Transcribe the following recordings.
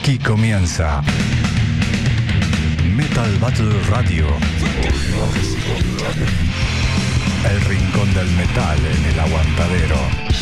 Aquí comienza Metal Battle Radio. El rincón del metal en el aguantadero.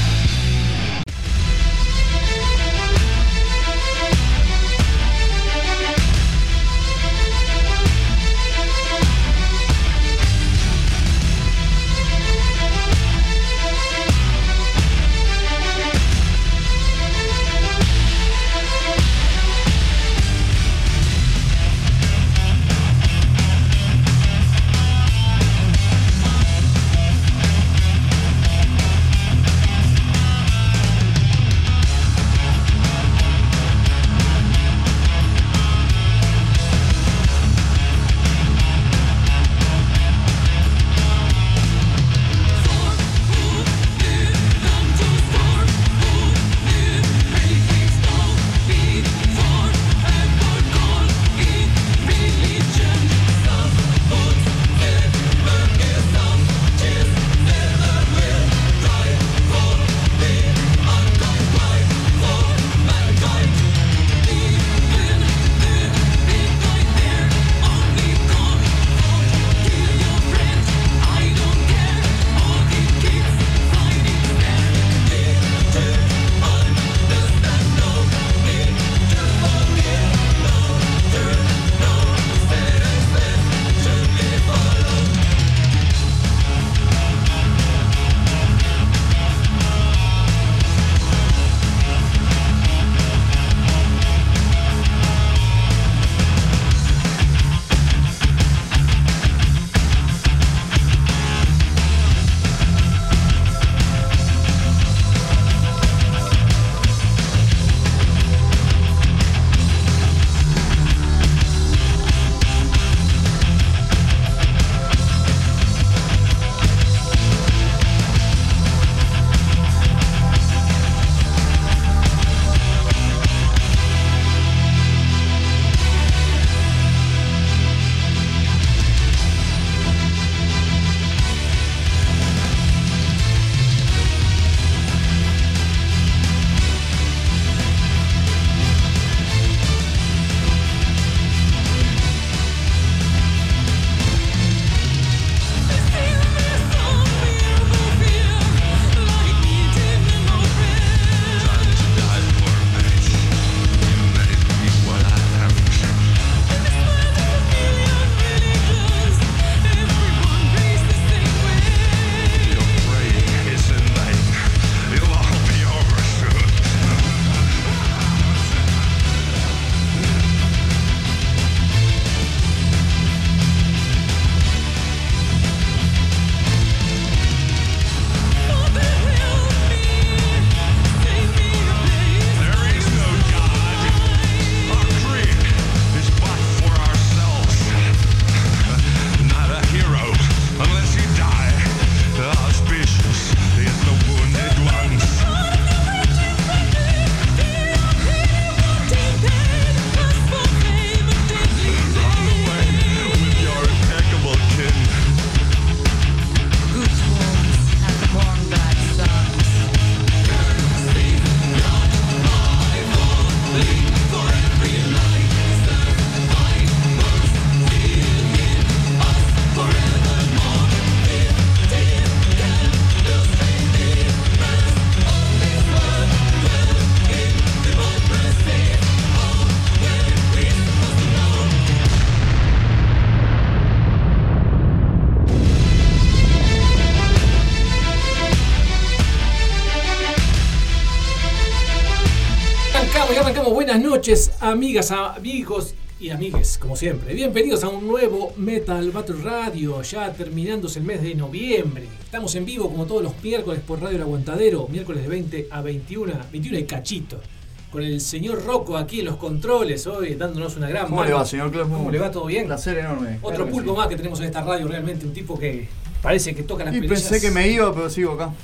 Buenas noches, amigas, amigos y amigues, como siempre. Bienvenidos a un nuevo Metal Battle Radio, ya terminándose el mes de noviembre. Estamos en vivo como todos los miércoles por Radio El Aguantadero, miércoles de 20 a 21 y cachito. Con el señor Rocco aquí en los controles, hoy dándonos una gran mano. ¿Cómo le va, señor Klaus? ¿Cómo le va? ¿Todo bien? Placer enorme. Otro pulpo sí. Más que tenemos en esta radio, realmente un tipo que parece que toca las perillas. Pensé que me iba, pero sigo acá.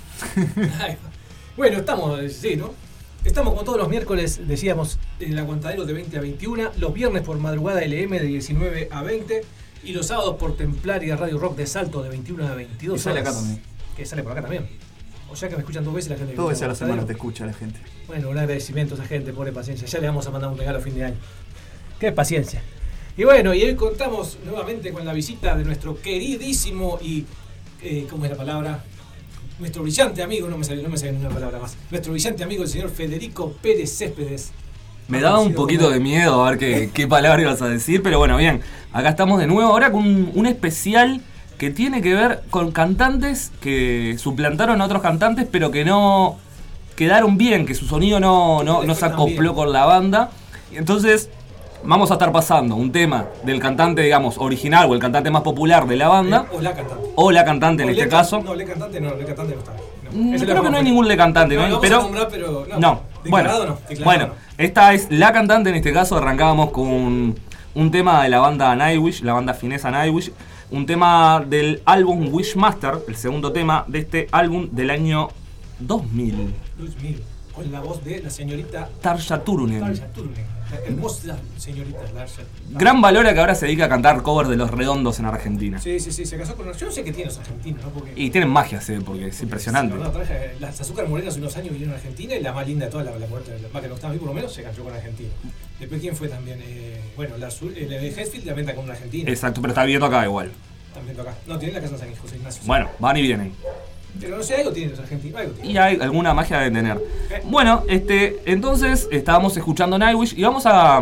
Bueno, estamos, sí, ¿no? Estamos como todos los miércoles, decíamos, en el Aguantadero de 20 a 21, los viernes por Madrugada LM de 19 a 20 y los sábados por Templaria Radio Rock de Salto de 21 a 22 y sale horas. acá también. Que sale por acá también. O sea que me escuchan 2 veces la gente. Dos veces a la semana te Aguantadero. escucha la gente. Bueno, un agradecimiento a esa gente, pobre paciencia. Ya le vamos a mandar un regalo a fin de año. Qué paciencia. Y bueno, y hoy contamos nuevamente con la visita de nuestro queridísimo y... ¿cómo es la palabra? Nuestro brillante amigo, no me sale ninguna palabra más. Nuestro brillante amigo, el señor Federico Pérez Céspedes. Me daba un poquito de miedo a ver qué palabra ibas a decir, pero bueno, bien. Acá estamos de nuevo ahora con un especial que tiene que ver con cantantes que suplantaron a otros cantantes, pero que no quedaron bien, que su sonido no se acopló con la banda. Y entonces vamos a estar pasando un tema del cantante, digamos, original o el cantante más popular de la banda. O la cantante. O la cantante en este caso. No, le cantante no está. Creo que no hay ningún le cantante, ¿no? Vamos pero a nombrar, pero no. Bueno, esta es la cantante en este caso. Arrancábamos con un tema de la banda Nightwish, la banda finesa Nightwish. Un tema del álbum Wishmaster, el segundo tema de este álbum del año 2000. 2000, con la voz de la señorita Tarja Turunen. Tarja Turunen, la hermosa señorita Tarja. Gran valor a que ahora se dedica a cantar covers de Los Redondos en Argentina. Sí, se casó con... Yo no sé qué tienen los argentinos, ¿no? Porque... Y tienen magia, porque es impresionante. No, las Azúcar Moreno hace unos años vinieron a Argentina y la más linda de todas, la muerte, más que no estaba a mí por lo menos, se cayó con Argentina. Después, ¿quién fue también? Bueno, la de Hesfield la venta con una argentina. Exacto, pero está viviendo acá igual. También acá. No, tienen la casa en San José Ignacio. Bueno, van y vienen. Pero no sé, algo tienen los argentinos, algo tienen. Y hay alguna magia de tener. Bueno, entonces estábamos escuchando Nightwish y vamos a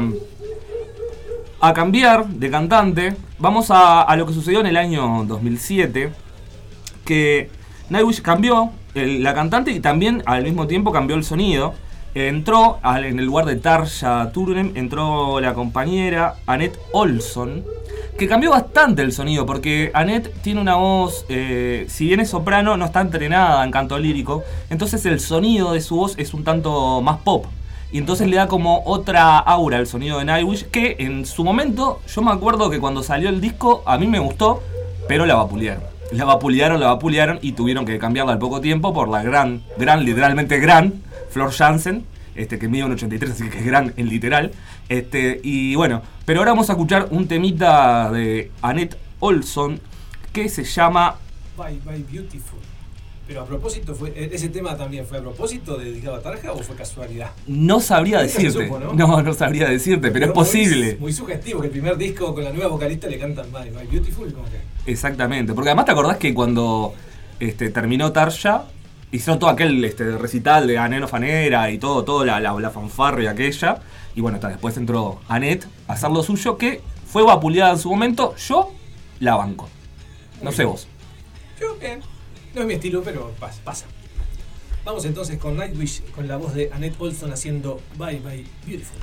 cambiar de cantante. Vamos a lo que sucedió en el año 2007, que Nightwish cambió la cantante y también al mismo tiempo cambió el sonido. Entró en el lugar de Tarja Turunen, entró la compañera Annette Olson, que cambió bastante el sonido, porque Annette tiene una voz, si bien es soprano, no está entrenada en canto lírico, entonces el sonido de su voz es un tanto más pop. Y entonces le da como otra aura al sonido de Nightwish, que en su momento, yo me acuerdo que cuando salió el disco, a mí me gustó, pero la vapulearon. La vapulearon y tuvieron que cambiarla al poco tiempo por la literalmente gran Floor Jansen, que mide un 83, así que es gran en literal. Y bueno, pero ahora vamos a escuchar un temita de Annette Olson que se llama Bye Bye Beautiful. Pero a propósito, ¿ese tema también fue a propósito dedicado a Tarja o fue casualidad? No sabría decirte. Supo, no sabría decirte, pero es posible. Muy sugestivo que el primer disco con la nueva vocalista le cantan Bye Bye Beautiful. ¿Cómo que? Exactamente, porque además te acordás que cuando terminó Tarja, hizo todo aquel recital de Aneno Fanera y todo la fanfarria aquella. Y bueno, después entró Annette a hacer lo suyo, que fue vapuleada en su momento. Yo la banco. No sé vos. Yo, bien. No es mi estilo, pero pasa. Vamos entonces con Nightwish, con la voz de Annette Olson haciendo Bye Bye Beautiful.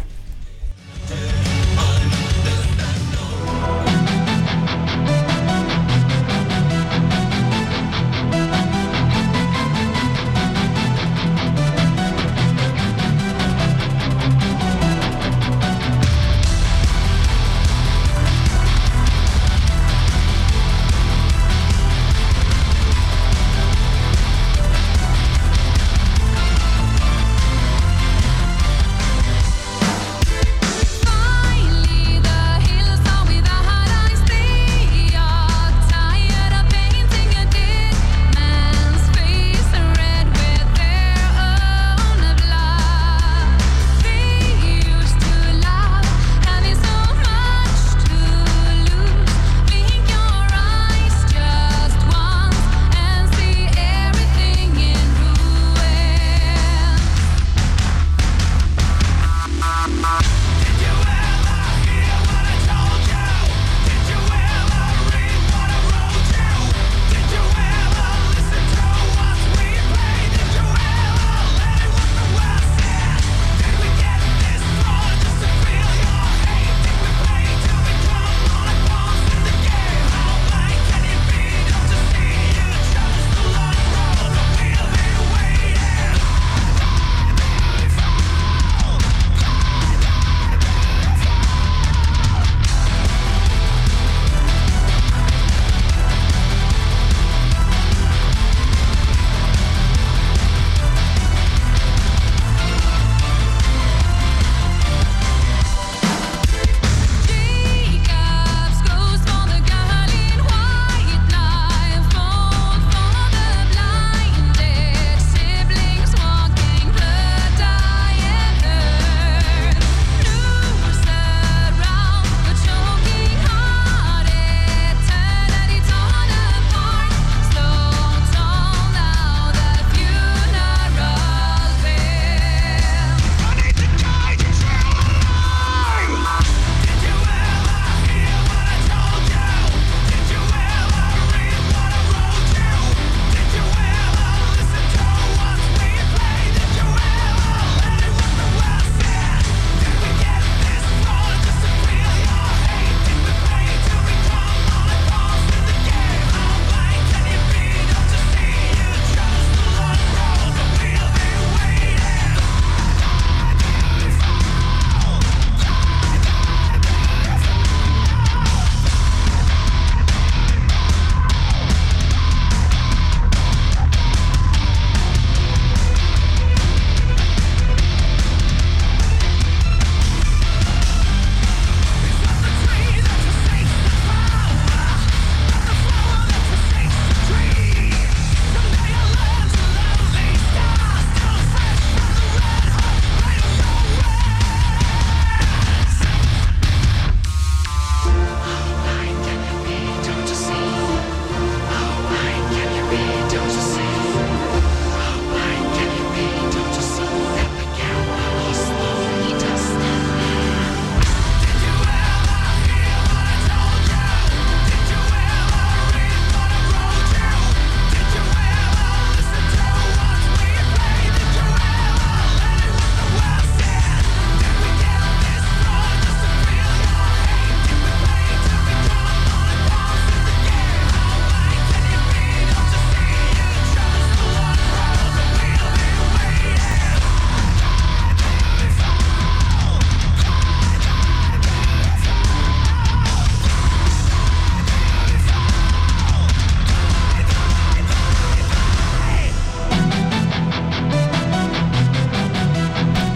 Bye.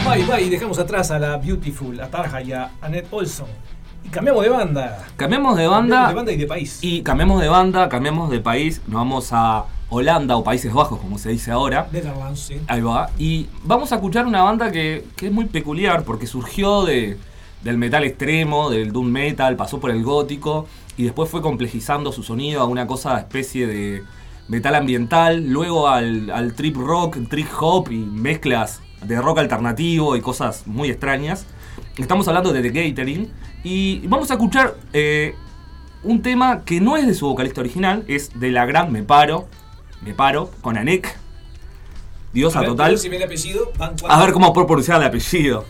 Bye bye, y dejamos atrás a la Beautiful, a Tarja y a Annette Olson. Y cambiamos de banda. Cambiamos de banda. De banda y de país. Y cambiamos de banda, cambiamos de país. Nos vamos a Holanda o Países Bajos, como se dice ahora. Netherlands, sí. Ahí va. Y vamos a escuchar una banda que es muy peculiar porque surgió del metal extremo, del doom metal, pasó por el gótico y después fue complejizando su sonido a una cosa especie de metal ambiental, luego al trip rock, trip hop y mezclas de rock alternativo y cosas muy extrañas. Estamos hablando de The Gathering y vamos a escuchar un tema que no es de su vocalista original, es de la gran Me Paro, con Anek, diosa total. Si el apellido, a ver cómo puedo pronunciar el apellido.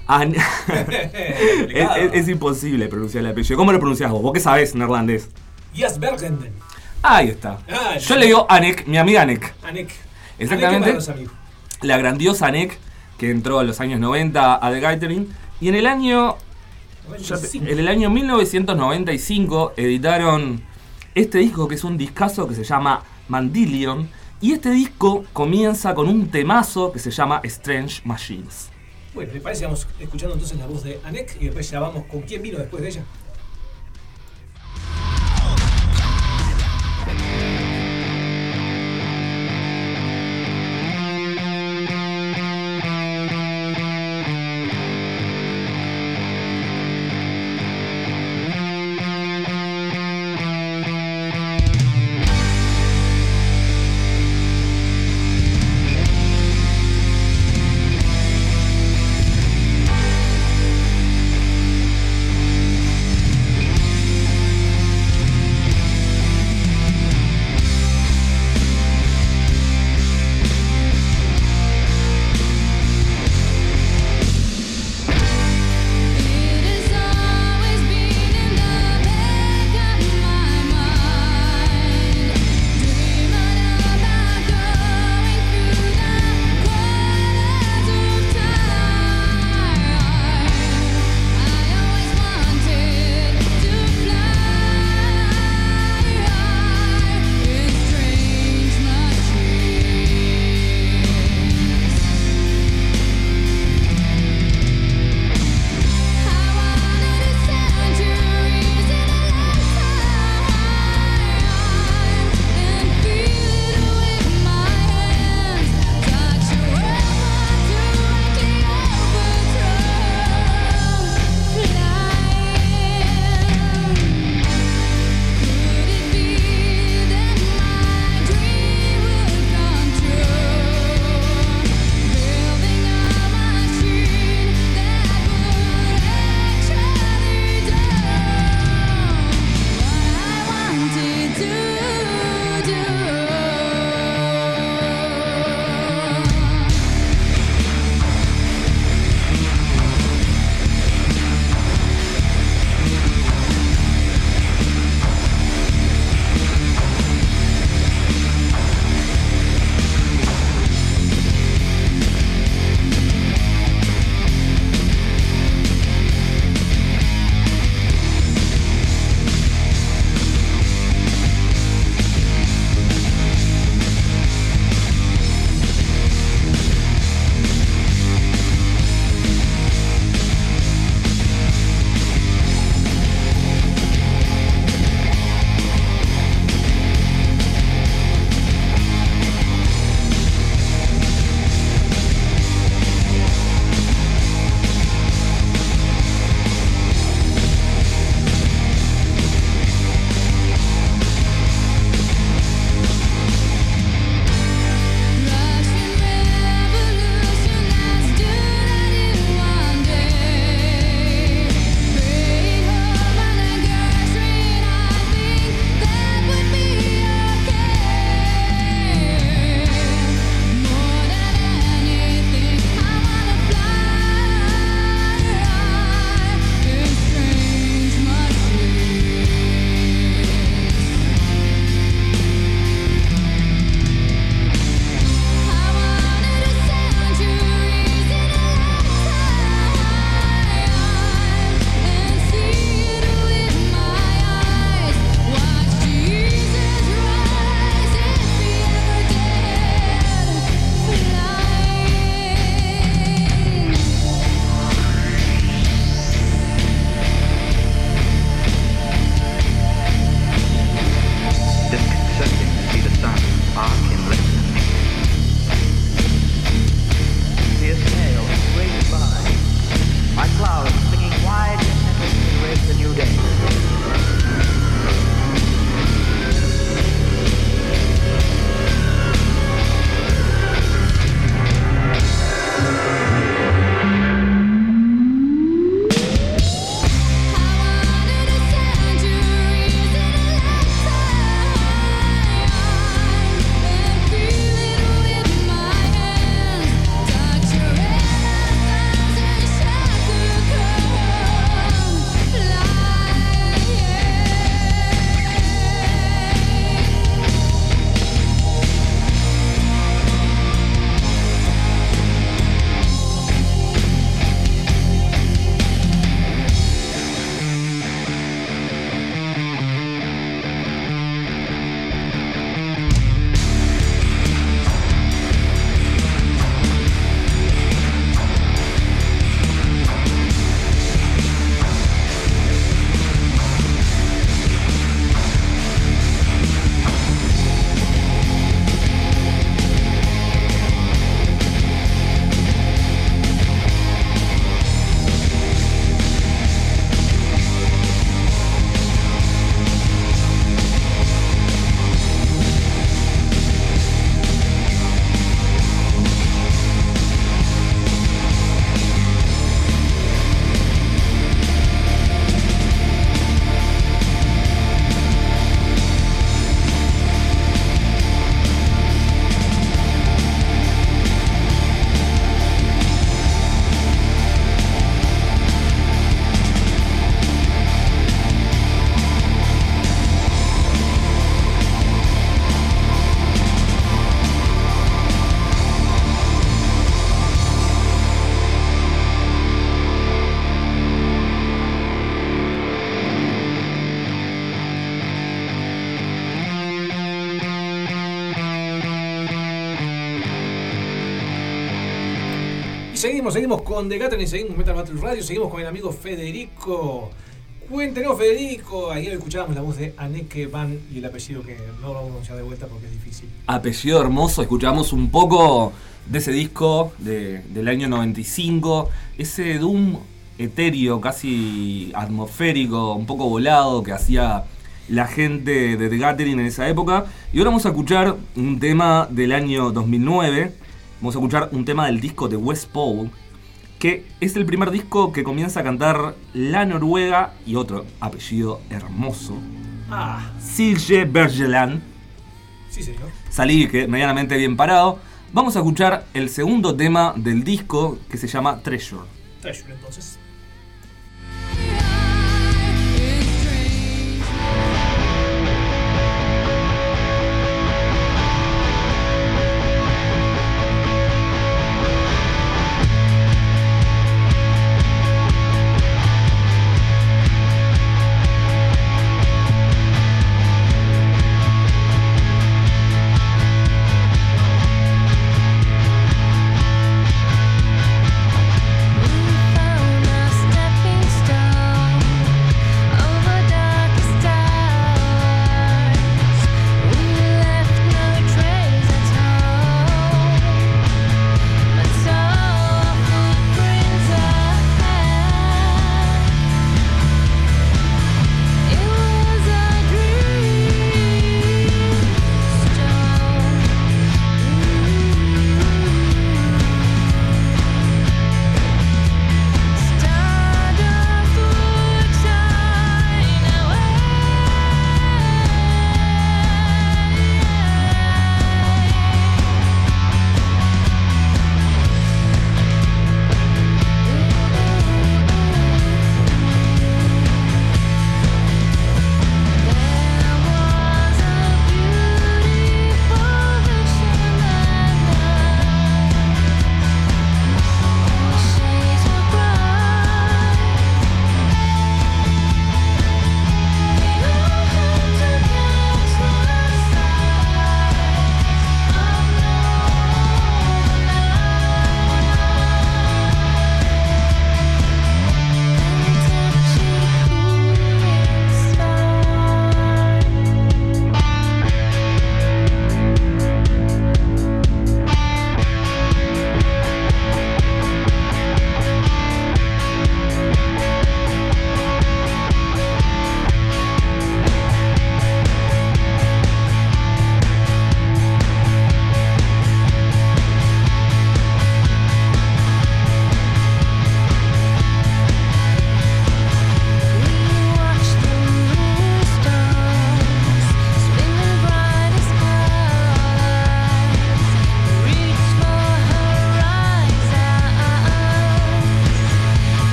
Es imposible pronunciar el apellido. ¿Cómo lo pronunciás vos? ¿Vos qué sabés neerlandés? Jas Bergenden. Ahí está. Yo le digo Anek, mi amiga Anek. Anek. Exactamente. Anek, la grandiosa Anek, que entró en los años 90 a The Gathering. Y en el año 1995 editaron este disco, que es un discazo que se llama Mandillion. Y este disco comienza con un temazo que se llama Strange Machines. Bueno, ¿le parece? Vamos escuchando entonces la voz de Anek y después ya vamos con quién vino después de ella. Seguimos con The Gathering, seguimos Metal Battle Radio, seguimos con el amigo Federico. Cuéntenos, Federico. Ayer escuchábamos la voz de Anneke Van y el apellido que no lo vamos a pronunciar de vuelta porque es difícil. Apellido hermoso, escuchamos un poco de ese disco del año 95, ese doom etéreo, casi atmosférico, un poco volado que hacía la gente de The Gathering en esa época. Y ahora vamos a escuchar un tema del año 2009. Vamos a escuchar un tema del disco de West Pole, que es el primer disco que comienza a cantar la noruega y otro apellido hermoso, Silje Bergeland. Sí, señor. Salí medianamente bien parado. Vamos a escuchar el segundo tema del disco que se llama Treasure. Treasure, entonces.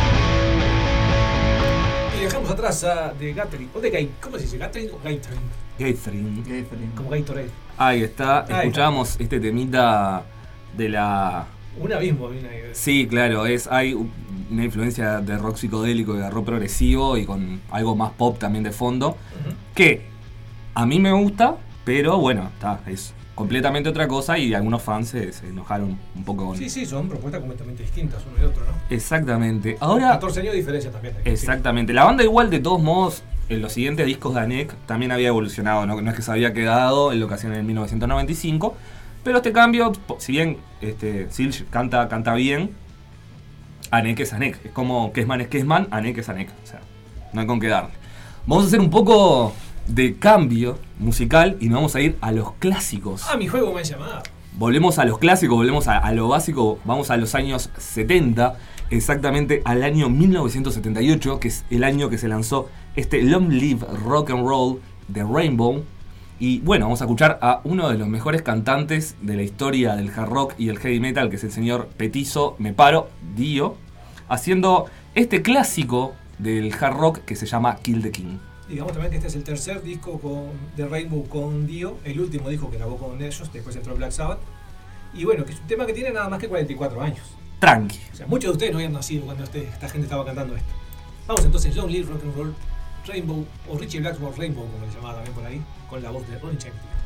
De Gathering, o de Gathering, ¿cómo se dice? ¿Gathering o Gathering? Gathering. Como Gatorade. Ahí está, Ahí escuchábamos este temita de la... Un abismo. Sí, claro, hay una influencia de rock psicodélico y de rock progresivo y con algo más pop también de fondo, que a mí me gusta, pero bueno, es completamente otra cosa y algunos fans se enojaron un poco con... Sí, son propuestas completamente distintas uno y otro, ¿no? Exactamente. Ahora... 14 años de diferencia también. Exactamente. La banda igual, de todos modos, en los siguientes discos de Anek también había evolucionado, ¿no? No es que se había quedado en lo que hacían en 1995, pero este cambio, si bien Silch canta bien, Anek es Anek. Es como Kessman es Kessman, Anek es Anek. O sea, no hay con qué darle. Vamos a hacer un poco de cambio musical y nos vamos a ir a los clásicos. Mi juego me ha llamado. Volvemos a los clásicos, volvemos a lo básico, vamos a los años 70, exactamente al año 1978, que es el año que se lanzó este Long Live Rock and Roll de Rainbow. Y bueno, vamos a escuchar a uno de los mejores cantantes de la historia del hard rock y el heavy metal, que es el señor Petiso Me Paro Dio, haciendo este clásico del hard rock que se llama Kill the King. Digamos también que este es el tercer disco de Rainbow con Dio, el último disco que grabó con ellos, después entró Black Sabbath. Y bueno, que es un tema que tiene nada más que 44 años. Tranqui. O sea, muchos de ustedes no habían nacido cuando esta gente estaba cantando esto. Vamos entonces, Long Live Rock and Roll, Rainbow, o Richie Blackmore Rainbow, como le llamaba también por ahí, con la voz de Ronnie James Dio.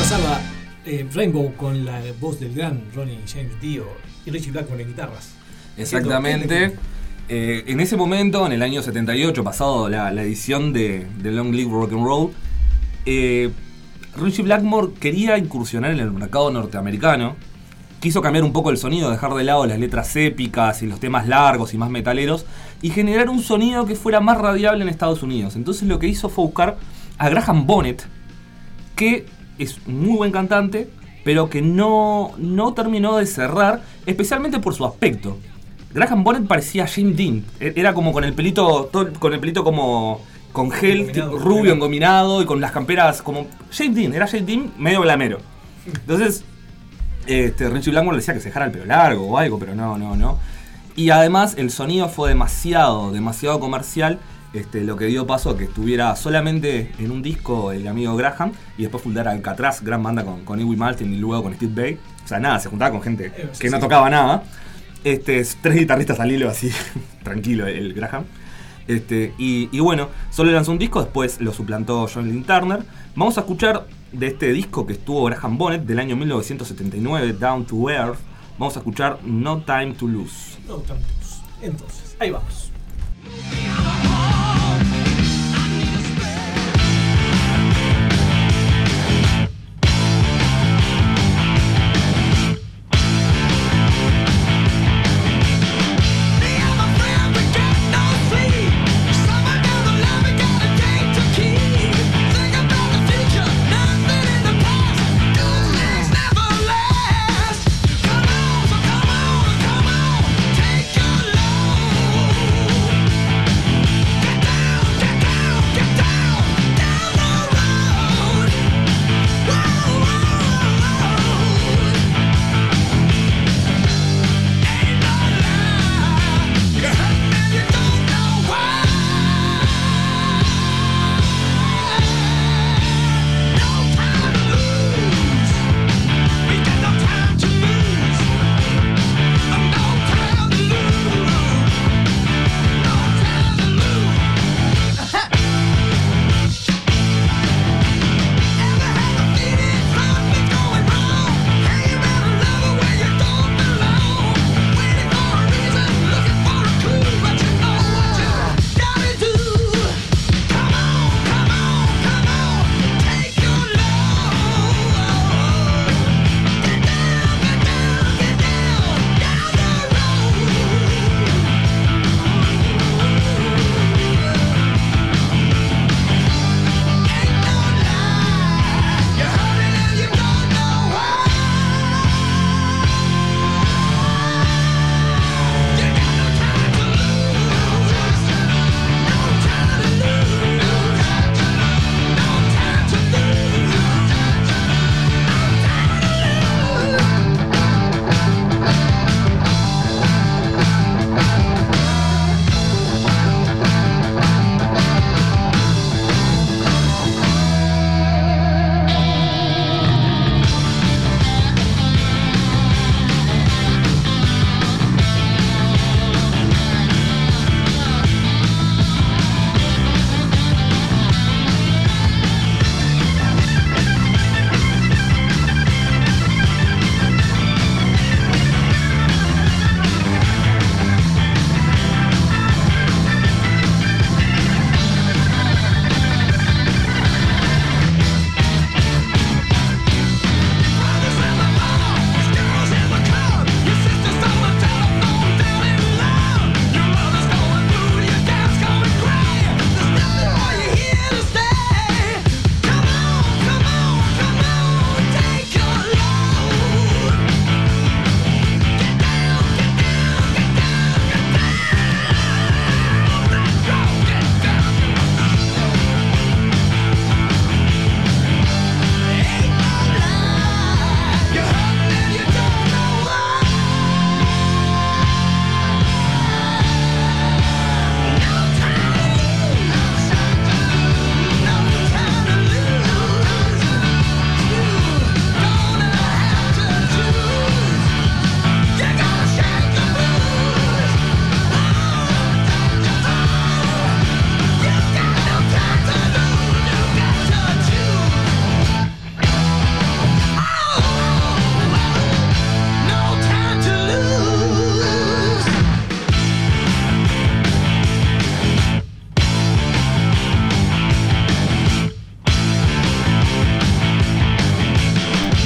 pasaba Rainbow con la voz del gran Ronnie James Dio y Ritchie Blackmore en guitarras. Exactamente. En ese momento, en el año 78, pasado la edición de Long Live Rock and Roll, Ritchie Blackmore quería incursionar en el mercado norteamericano. Quiso cambiar un poco el sonido, dejar de lado las letras épicas y los temas largos y más metaleros y generar un sonido que fuera más radiable en Estados Unidos. Entonces lo que hizo fue buscar a Graham Bonnet, que es un muy buen cantante, pero que no terminó de cerrar, especialmente por su aspecto. Graham Bonnet parecía James Dean, era como con el pelito como con gel, Engominado, rubio, engominado y con las camperas como James Dean, era James Dean medio glamero. Entonces Ritchie Blackmore le decía que se dejara el pelo largo o algo, pero no. Y además el sonido fue demasiado comercial, lo que dio paso a que estuviera solamente en un disco el amigo Graham y después fundara Alcatraz, gran banda con Edwin Maltin y luego con Steve Vai. O sea, nada, se juntaba con gente que no tocaba nada. 3 guitarristas al hilo así, tranquilo el Graham. Y bueno, solo lanzó un disco, después lo suplantó John Lynn Turner. Vamos a escuchar de este disco que estuvo Graham Bonnet del año 1979, Down to Earth. Vamos a escuchar No Time to Lose. No Time to Lose. Entonces, ahí vamos. Take your load.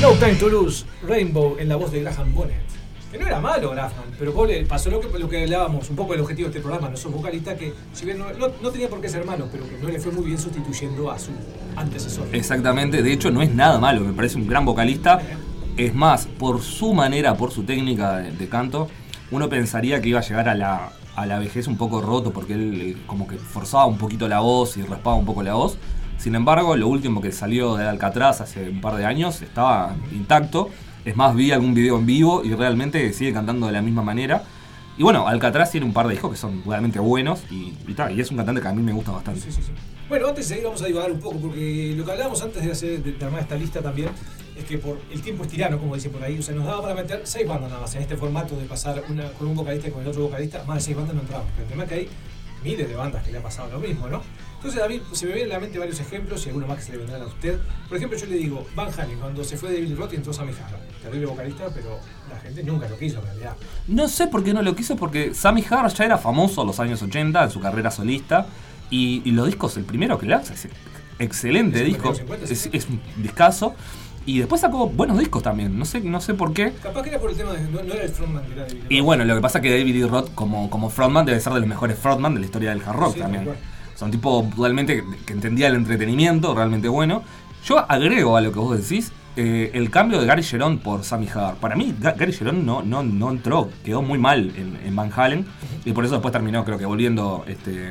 No Time to Lose, Rainbow, en la voz de Graham Bonnet. Que no era malo Graham, pero pobre, pasó lo que hablábamos, un poco del objetivo de este programa, no sos vocalista, que si bien no tenía por qué ser malo, pero que no le fue muy bien sustituyendo a su antecesor. Exactamente, de hecho no es nada malo, me parece un gran vocalista. Es más, por su manera, por su técnica de canto, uno pensaría que iba a llegar a la vejez un poco roto, porque él como que forzaba un poquito la voz y raspaba un poco la voz. Sin embargo, lo último que salió de Alcatraz hace un par de años estaba intacto. Es más, vi algún video en vivo y realmente sigue cantando de la misma manera. Y bueno, Alcatraz tiene un par de discos que son realmente buenos y es un cantante que a mí me gusta bastante. Sí. Bueno, antes de seguir vamos a divagar un poco, porque lo que hablábamos antes de armar esta lista también es que por el tiempo es tirano, como dice por ahí, o sea, nos daba para meter 6 bandas nada más en este formato de pasar con un vocalista y con el otro vocalista, más de 6 bandas no entramos. Pero el tema es que hay miles de bandas que le ha pasado lo mismo, ¿no? Entonces a mí se me vienen a la mente varios ejemplos y algunos más que se le vendrán a usted. Por ejemplo, yo le digo, Van Halen, cuando se fue de Billy Roth entró Sammy Hagar, terrible vocalista, pero la gente nunca lo quiso en realidad. No sé por qué no lo quiso, porque Sammy Hagar ya era famoso en los años 80 en su carrera solista y los discos, el primero que lanza es excelente disco, 50, es un discazo. Y después sacó buenos discos también, no sé por qué. Capaz que era por el tema de no era el frontman que era David Roth. Y bueno, lo que pasa es que David Lee Roth como frontman debe ser de los mejores frontman de la historia del hard rock Sí, también. igual. O sea, un tipo realmente que entendía el entretenimiento, realmente bueno. Yo agrego a lo que vos decís, el cambio de Gary Cherone por Sammy Hagar. Para mí, Gary Cherone no entró, quedó muy mal en Van Halen. Y por eso después terminó, creo que volviendo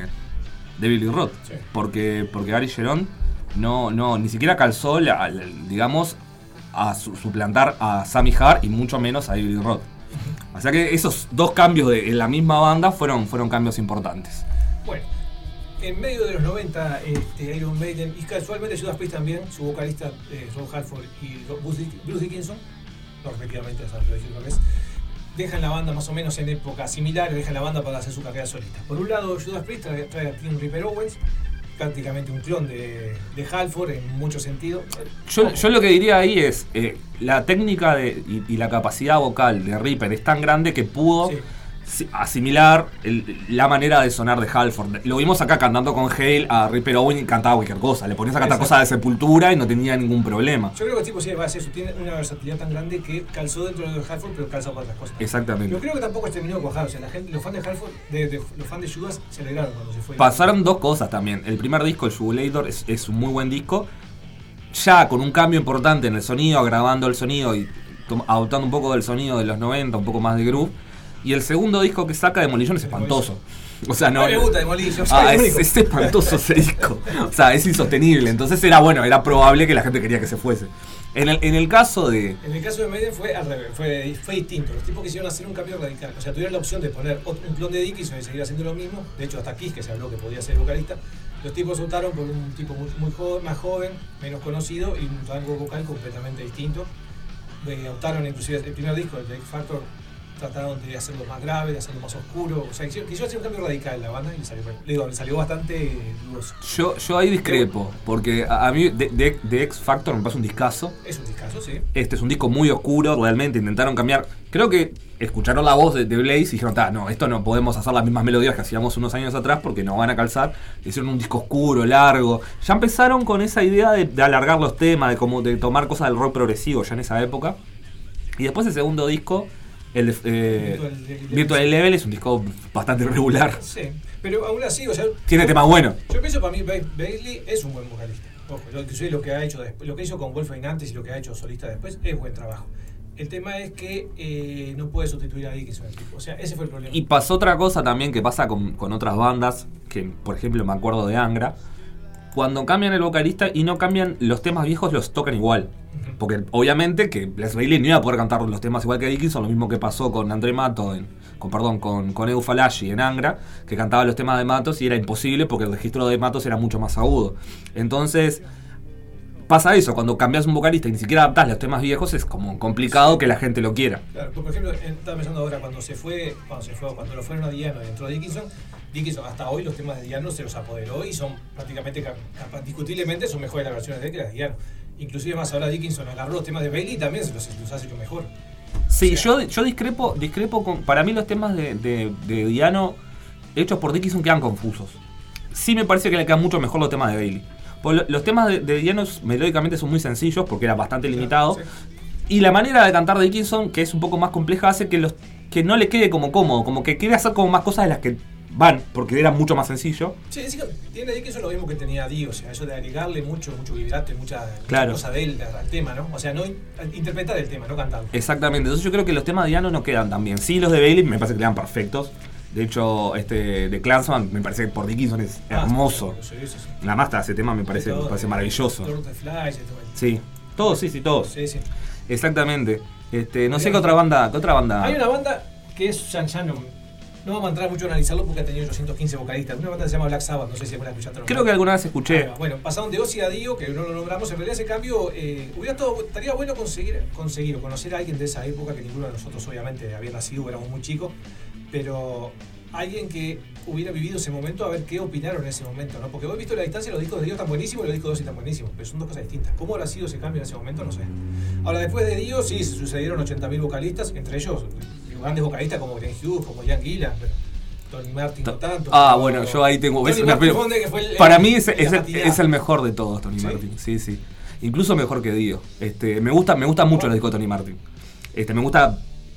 David Lee Roth. Sí. Porque Gary Cherone ni siquiera calzó, digamos, a suplantar a Sammy Hagar y mucho menos a David Lee Roth. O sea que esos dos cambios en la misma banda fueron cambios importantes. Bueno, en medio de los 90, Iron Maiden y casualmente Judas Priest también, su vocalista Ron Halford y Bruce Dickinson, no respectivamente, esa lo es, dejan la banda más o menos en épocas similares, dejan la banda para hacer su carrera solista. Por un lado, Judas Priest trae a Tim Ripper Owens, prácticamente un clon de Halford en muchos sentidos. Yo lo que diría ahí es, la técnica y la capacidad vocal de Ripper es tan grande que pudo asimilar la manera de sonar de Halford. Lo vimos acá cantando con Hale a Ripper Owens y cantaba cualquier cosa. Le ponías a cantar cosas de Sepultura y no tenía ningún problema. Yo creo que el tipo sí va a hacer eso. Tiene una versatilidad tan grande que calzó dentro de Halford, pero calza para otras cosas. Exactamente. Yo creo que tampoco es terminado de cuajar. O sea, la gente, los fans de Halford, los fans de Judas se alegraron cuando se fue. Pasaron dos cosas también. El primer disco, el Jugulator, es un muy buen disco. Ya con un cambio importante en el sonido, agravando el sonido y adoptando un poco del sonido de los 90, un poco más de groove. Y el segundo disco que saca, Demolition, es espantoso. O sea, no. Me gusta Demolition. Es espantoso ese disco. O sea, es insostenible. Entonces era probable que la gente quería que se fuese. En el caso de. En el caso de Maiden fue al revés, fue distinto. Los tipos quisieron hacer un cambio radical. O sea, tuvieron la opción de poner un clon de Dickinson y seguir haciendo lo mismo. De hecho, hasta Kiss, que se habló que podía ser vocalista. Los tipos optaron por un tipo muy joven, más joven, menos conocido y un rango vocal completamente distinto. Optaron inclusive el primer disco, el X Factor, trataron de hacerlo más grave, de hacerlo más oscuro. O sea, quisieron hacer un cambio radical en la banda y le salió bastante dudoso. Yo ahí discrepo, porque a mí de X Factor me parece un discazo. Es un discazo, sí. Este es un disco muy oscuro, realmente intentaron cambiar. Creo que escucharon la voz de Blaze y dijeron, no, esto no podemos hacer las mismas melodías que hacíamos unos años atrás porque no van a calzar. Hicieron un disco oscuro, largo. Ya empezaron con esa idea de alargar los temas, de tomar cosas del rock progresivo ya en esa época. Y después el segundo disco, el Virtual Level, es un disco bastante regular. Sí, pero aún así, o sea, tiene temas buenos. Yo pienso, para mí Bailey es un buen vocalista. Ojo, lo que ha hecho después, lo que hizo con Wolfgang antes y lo que ha hecho solista después es buen trabajo. El tema es que no puede sustituir a Dickinson, el tipo. O sea, ese fue el problema. Y pasó otra cosa también que pasa con otras bandas, que por ejemplo me acuerdo de Angra. Cuando cambian el vocalista y no cambian los temas viejos, los tocan igual. Porque obviamente que Les Bailey no iba a poder cantar los temas igual que Dickinson, lo mismo que pasó con André Mato, con Edu Falaschi en Angra, que cantaba los temas de Matos y era imposible porque el registro de Matos era mucho más agudo. Entonces pasa eso, cuando cambias un vocalista y ni siquiera adaptás los temas viejos, es como complicado que la gente lo quiera. Claro, por ejemplo, estaba pensando ahora cuando lo fueron a Diano y entró Dickinson hasta hoy los temas de Diano se los apoderó y son prácticamente, discutiblemente son mejores las versiones de él que las de Diano. Inclusive más ahora Dickinson agarró los temas de Bailey y también se los hace hecho mejor. Sí, o sea, yo discrepo con. Para mí los temas de Diano hechos por Dickinson quedan confusos. Sí me parece que le quedan mucho mejor los temas de Bailey. Los temas de Diano melódicamente son muy sencillos porque era bastante limitado. Sí. Y la manera de cantar de Dickinson, que es un poco más compleja, hace que no le quede como cómodo, como que quiere hacer como más cosas de las que van, porque era mucho más sencillo. Sí, tiene Dickinson lo mismo que tenía Dio, o sea, eso de agregarle mucho vibrato y mucha cosa de él al tema, ¿no? O sea, no interpretar el tema, no cantarlo. Exactamente, entonces yo creo que los temas de Diano no quedan tan bien. Sí, los de Bailey me parece que quedan perfectos. De hecho, de Clansman me parece que por Dickinson es hermoso. Sí. Nada más ese tema me parece maravilloso. Lord of the Flies, sí, todos, sí, todos. Sí. Exactamente. No sé qué otra banda. Hay una banda que es ya no vamos a entrar mucho a analizarlo porque ha tenido 815 vocalistas. Una banda que se llama Black Sabbath, no sé si alguna vez escuchaste. Creo que alguna vez escuché. Bueno, pasaron de Ozzy a Dio, que no lo nombramos. En realidad ese cambio, estaría bueno conseguir o conocer a alguien de esa época, que ninguno de nosotros obviamente había nacido, éramos muy chicos, pero alguien que hubiera vivido ese momento, a ver qué opinaron en ese momento, ¿no? Porque vos he visto la distancia, los discos de Dio están buenísimos y los discos de Ozzy están buenísimos, pero son dos cosas distintas. ¿Cómo habrá sido ese cambio en ese momento? No sé. Ahora, después de Dio, sí, se sucedieron 80.000 vocalistas, entre ellos grandes vocalistas como Glenn Hughes, como Ian Gillan, pero Tony Martin no tanto. Bueno, yo ahí tengo... Para mí es el mejor de todos, Tony Martin. Sí. Incluso mejor que Dio. Me gustan mucho los discos de Tony Martin. Me gusta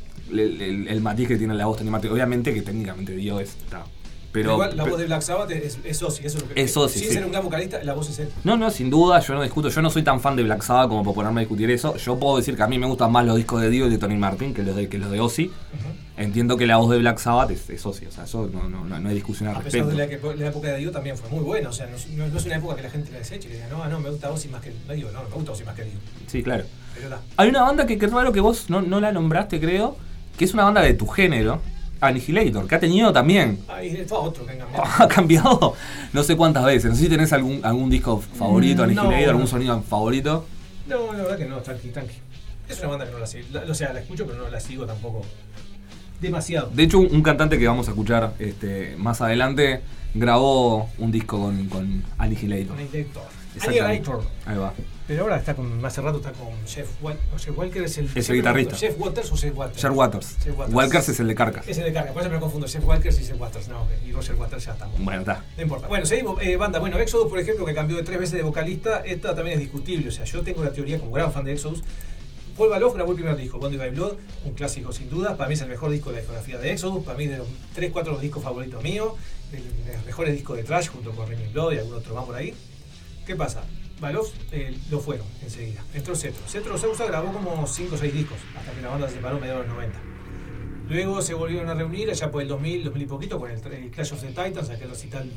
el matiz que tiene la voz de Tony Martin. Obviamente que técnicamente Dio está... Pero igual la voz de Black Sabbath es Ozzy, eso es lo que es Ozzy, sin ser un gran vocalista, la voz es él. No, sin duda, yo no discuto. Yo no soy tan fan de Black Sabbath como para ponerme a discutir eso. Yo puedo decir que a mí me gustan más los discos de Dio y de Tony Martin que los de Ozzy. Entiendo que la voz de Black Sabbath es Ozzy, o sea, eso no hay discusión al respecto. A pesar de la época de Dio también fue muy buena, o sea, no es una época que la gente la deseche y le diga, no, me gusta Ozzy más que Dio, no, me gusta Ozzy más que Dio. Sí, claro. Hay una banda que es raro que vos no la nombraste, creo, que es una banda de tu género, Annihilator, que ha tenido también... fue otro que han cambiado. Ha cambiado no sé cuántas veces. No sé si tenés algún disco favorito, Annihilator, algún sonido favorito. No, la verdad que no, tranqui. Es una banda que no la sigo. O sea, la escucho, pero no la sigo tampoco demasiado. De hecho, un cantante que vamos a escuchar más adelante grabó un disco con Annihilator. Annihilator. Ahí va. Pero ahora hace rato está con Jeff Walker. Es el guitarrista. Jeff Waters o Jeff Waters. Jeff Waters. Walkers es el de Carcass. Es el de Carcass, por eso me confundo. Jeff Walkers y Jeff Waters. No, y Roger Waters ya está. Bueno, está. No importa. Bueno, seguimos. Banda. Bueno, Exodus, por ejemplo, que cambió de 3 veces de vocalista, esta también es discutible. O sea, yo tengo la teoría, como gran fan de Exodus, Paul Baloff grabó el primer disco, Bondi by Blood, un clásico sin duda. Para mí es el mejor disco de la discografía de Exodus. Para mí es de los 3-4 discos favoritos míos. De los mejores discos de thrash, junto con Raining Blood y algún otro más por ahí. ¿Qué pasa? Baloff lo fueron enseguida. Entró Cetro Sousa grabó como 5 o 6 discos, hasta que la banda se separó a mediados de los 90. Luego se volvieron a reunir allá por el 2000 y poquito con el Clash of the Titans, aquel recital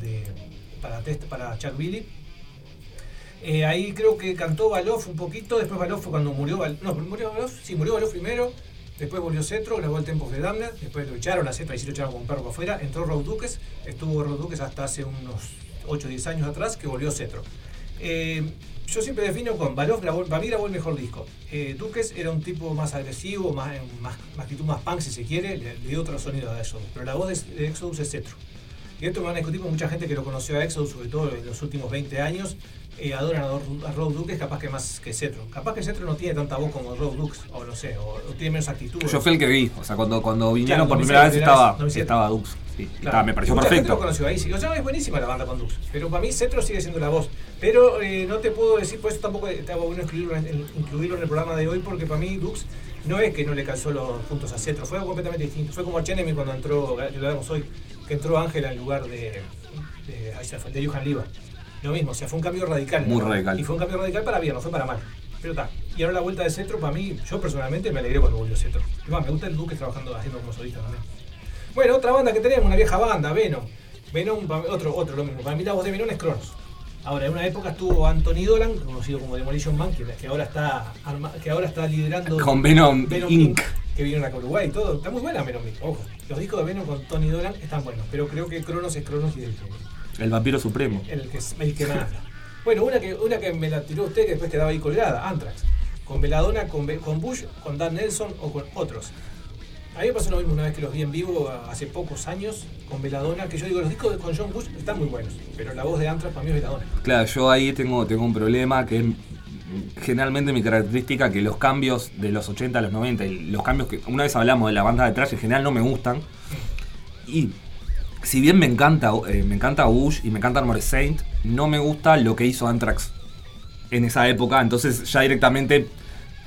para Chuck Billy. Ahí creo que cantó Baloff un poquito, después Baloff fue cuando murió Baloff primero, después volvió Cetro, grabó el Tempo of the Damned, después lo echaron a Cetro, ahí sí lo echaron con un perro para afuera, entró Road Dukes, estuvo Road Dukes hasta hace unos 8 o 10 años atrás, que volvió Cetro. Yo siempre defino con Baloff, para mí grabó el mejor disco. Dukes era un tipo más agresivo, más actitud más punk si se quiere, le dio otro sonido a Exodus, pero la voz de Exodus es Cetro. Y esto me van a discutir con mucha gente que lo conoció a Exodus, sobre todo en los últimos 20 años, adoran a Road Dukes capaz que más que Cetro. Capaz que Cetro no tiene tanta voz como Road Dukes, o no sé, o tiene menos actitud. Yo fui el que vi, o sea, cuando vinieron por primera vez estaba Dukes. Sí, claro. Me pareció perfecto. Gente lo conoció ahí, sí. O sea, es buenísima la banda con Dukes, pero para mí Cetro sigue siendo la voz. Pero no te puedo decir, por eso tampoco está bueno incluirlo en el programa de hoy, porque para mí Dukes no es que no le calzó los puntos a Cetro, fue algo completamente distinto. Fue como Arch Enemy cuando entró, lo hablamos hoy, que entró Ángela en lugar de Johan Liva. Lo mismo, o sea, fue un cambio radical. Muy radical. Y fue un cambio radical para bien, no fue para mal. Pero está. Y ahora la vuelta de Cetro, para mí, yo personalmente me alegré cuando volvió Cetro. Y más, me gusta el Dukes haciendo como solista también. Bueno, otra banda que tenemos, una vieja banda, Venom. Venom, otro lo mismo. Para mí la voz de Venom es Cronos. Ahora, en una época estuvo Anthony Dolan, conocido como Demolition Man, que ahora está liderando con Venom Inc. Que viene a Uruguay y todo. Está muy buena Venom Inc. Ojo, los discos de Venom con Tony Dolan están buenos, pero creo que Cronos es Cronos y el vampiro supremo. El que más. Bueno, una que me la tiró usted que después quedaba ahí colgada, Anthrax. Con Belladonna, con Bush, con Dan Nelson o con otros. A mí me pasó lo mismo una vez que los vi en vivo hace pocos años con Belladonna, que yo digo, los discos con John Bush están muy buenos, pero la voz de Anthrax para mí es Belladonna. Claro, yo ahí tengo un problema que es generalmente mi característica, que los cambios de los 80 a los 90, y los cambios que una vez hablamos de la banda de thrash en general no me gustan. Y si bien me encanta Bush y me encanta Armored Saint, no me gusta lo que hizo Anthrax en esa época, entonces ya directamente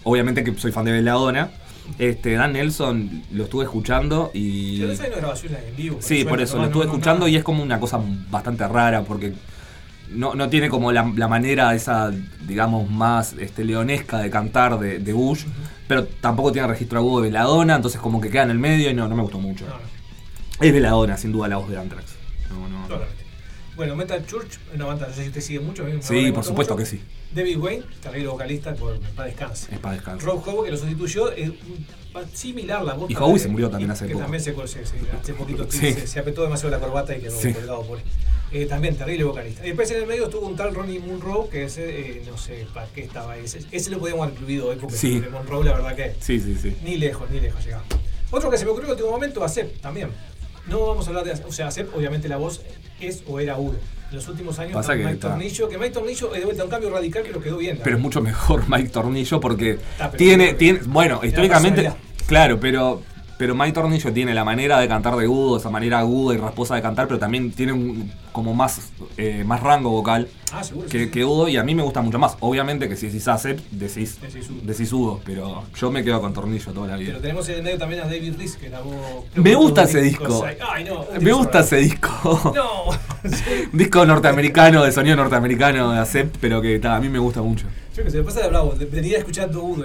obviamente que soy fan de Belladonna. Dan Nelson lo estuve escuchando y... Pero eso hay una grabación en vivo. Sí, por eso, lo estuve escuchando y es como una cosa bastante rara porque no tiene como la manera esa, digamos, más leonesca de cantar de Bush, pero tampoco tiene registro agudo de Belladonna, entonces como que queda en el medio y no me gustó mucho. No. Es Belladonna, sin duda, la voz de Anthrax. No. Totalmente. Bueno, Metal Church, una banda, no sé si usted sigue mucho. Sí, por supuesto que sí. David Wayne, terrible vocalista, por Paz Descanse. Es para descansar. Rob Howe, que lo sustituyó, similar la voz. Y Howe se murió también hace que poco. También hace poquito Sí. se apretó demasiado la corbata y quedó colgado por él. También terrible vocalista. Y después en el medio estuvo un tal Ronnie Monroe, que ese, no sé para qué estaba ese lo podíamos haber incluido hoy, porque Sí. de Monroe la verdad que Sí. ni lejos llegaba. Otro que se me ocurrió en el último momento, Acep, también. No vamos a hablar de Acep, o sea, Acep obviamente la voz es o era agudo. En los últimos años Pasa que Mike Tornillo es de vuelta un cambio radical, pero quedó bien. Pero es mucho mejor Mike Tornillo porque Pero tiene, bueno, históricamente, personalidad. claro, pero Mike Tornillo tiene la manera de cantar de agudo, esa manera aguda y rasposa de cantar, pero también tiene como más rango vocal Seguro, que Udo, y a mí me gusta mucho más. Obviamente que si decís Acep, decís Udo, pero yo me quedo con Tornillo toda la vida. Pero tenemos en el medio también a David Rees, que grabó... Me gusta ese disco. Ay, no, Me gusta ese disco. No. Un disco norteamericano, de sonido norteamericano de Acep, pero que a mí me gusta mucho. Yo que se me pasa de bravo, venía escuchando Udo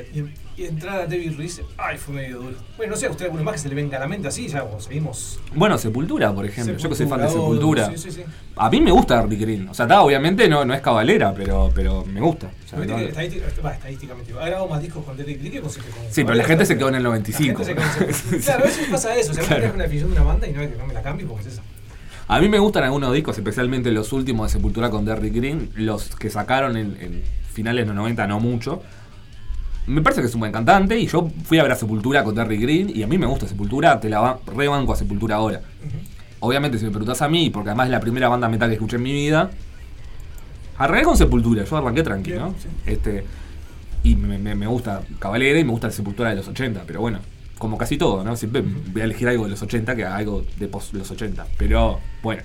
y entrar a David Rees, fue medio duro. Bueno, no sé, a usted alguno más que se le venga a la mente así, ya seguimos. Bueno, Sepultura, por ejemplo. Yo que soy fan de Sepultura. Sí. A mí me gusta Rick Green. O sea, obviamente no es cabalera, pero me gusta. O sea, Estadísticamente, ha grabado más discos con David Green que con sí, pero la gente se quedó en el 95. Claro, a veces pasa eso. O sea, claro. Una definición de una banda y no me la cambio porque es esa. A mí me gustan algunos discos, especialmente los últimos de Sepultura con Rick Green, los que sacaron en finales de los 90, no mucho. Me parece que es un buen cantante y yo fui a ver a Sepultura con Rick Green y a mí me gusta Sepultura, te la rebanco a Sepultura ahora. Obviamente si me preguntás a mí, porque además es la primera banda metal que escuché en mi vida, arranqué con Sepultura, yo arranqué tranquilo, ¿no? Sí. Y me gusta Cabalera y me gusta la Sepultura de los 80, pero bueno, como casi todo, ¿no? Siempre voy a elegir algo de los 80 que algo de post los 80, pero bueno.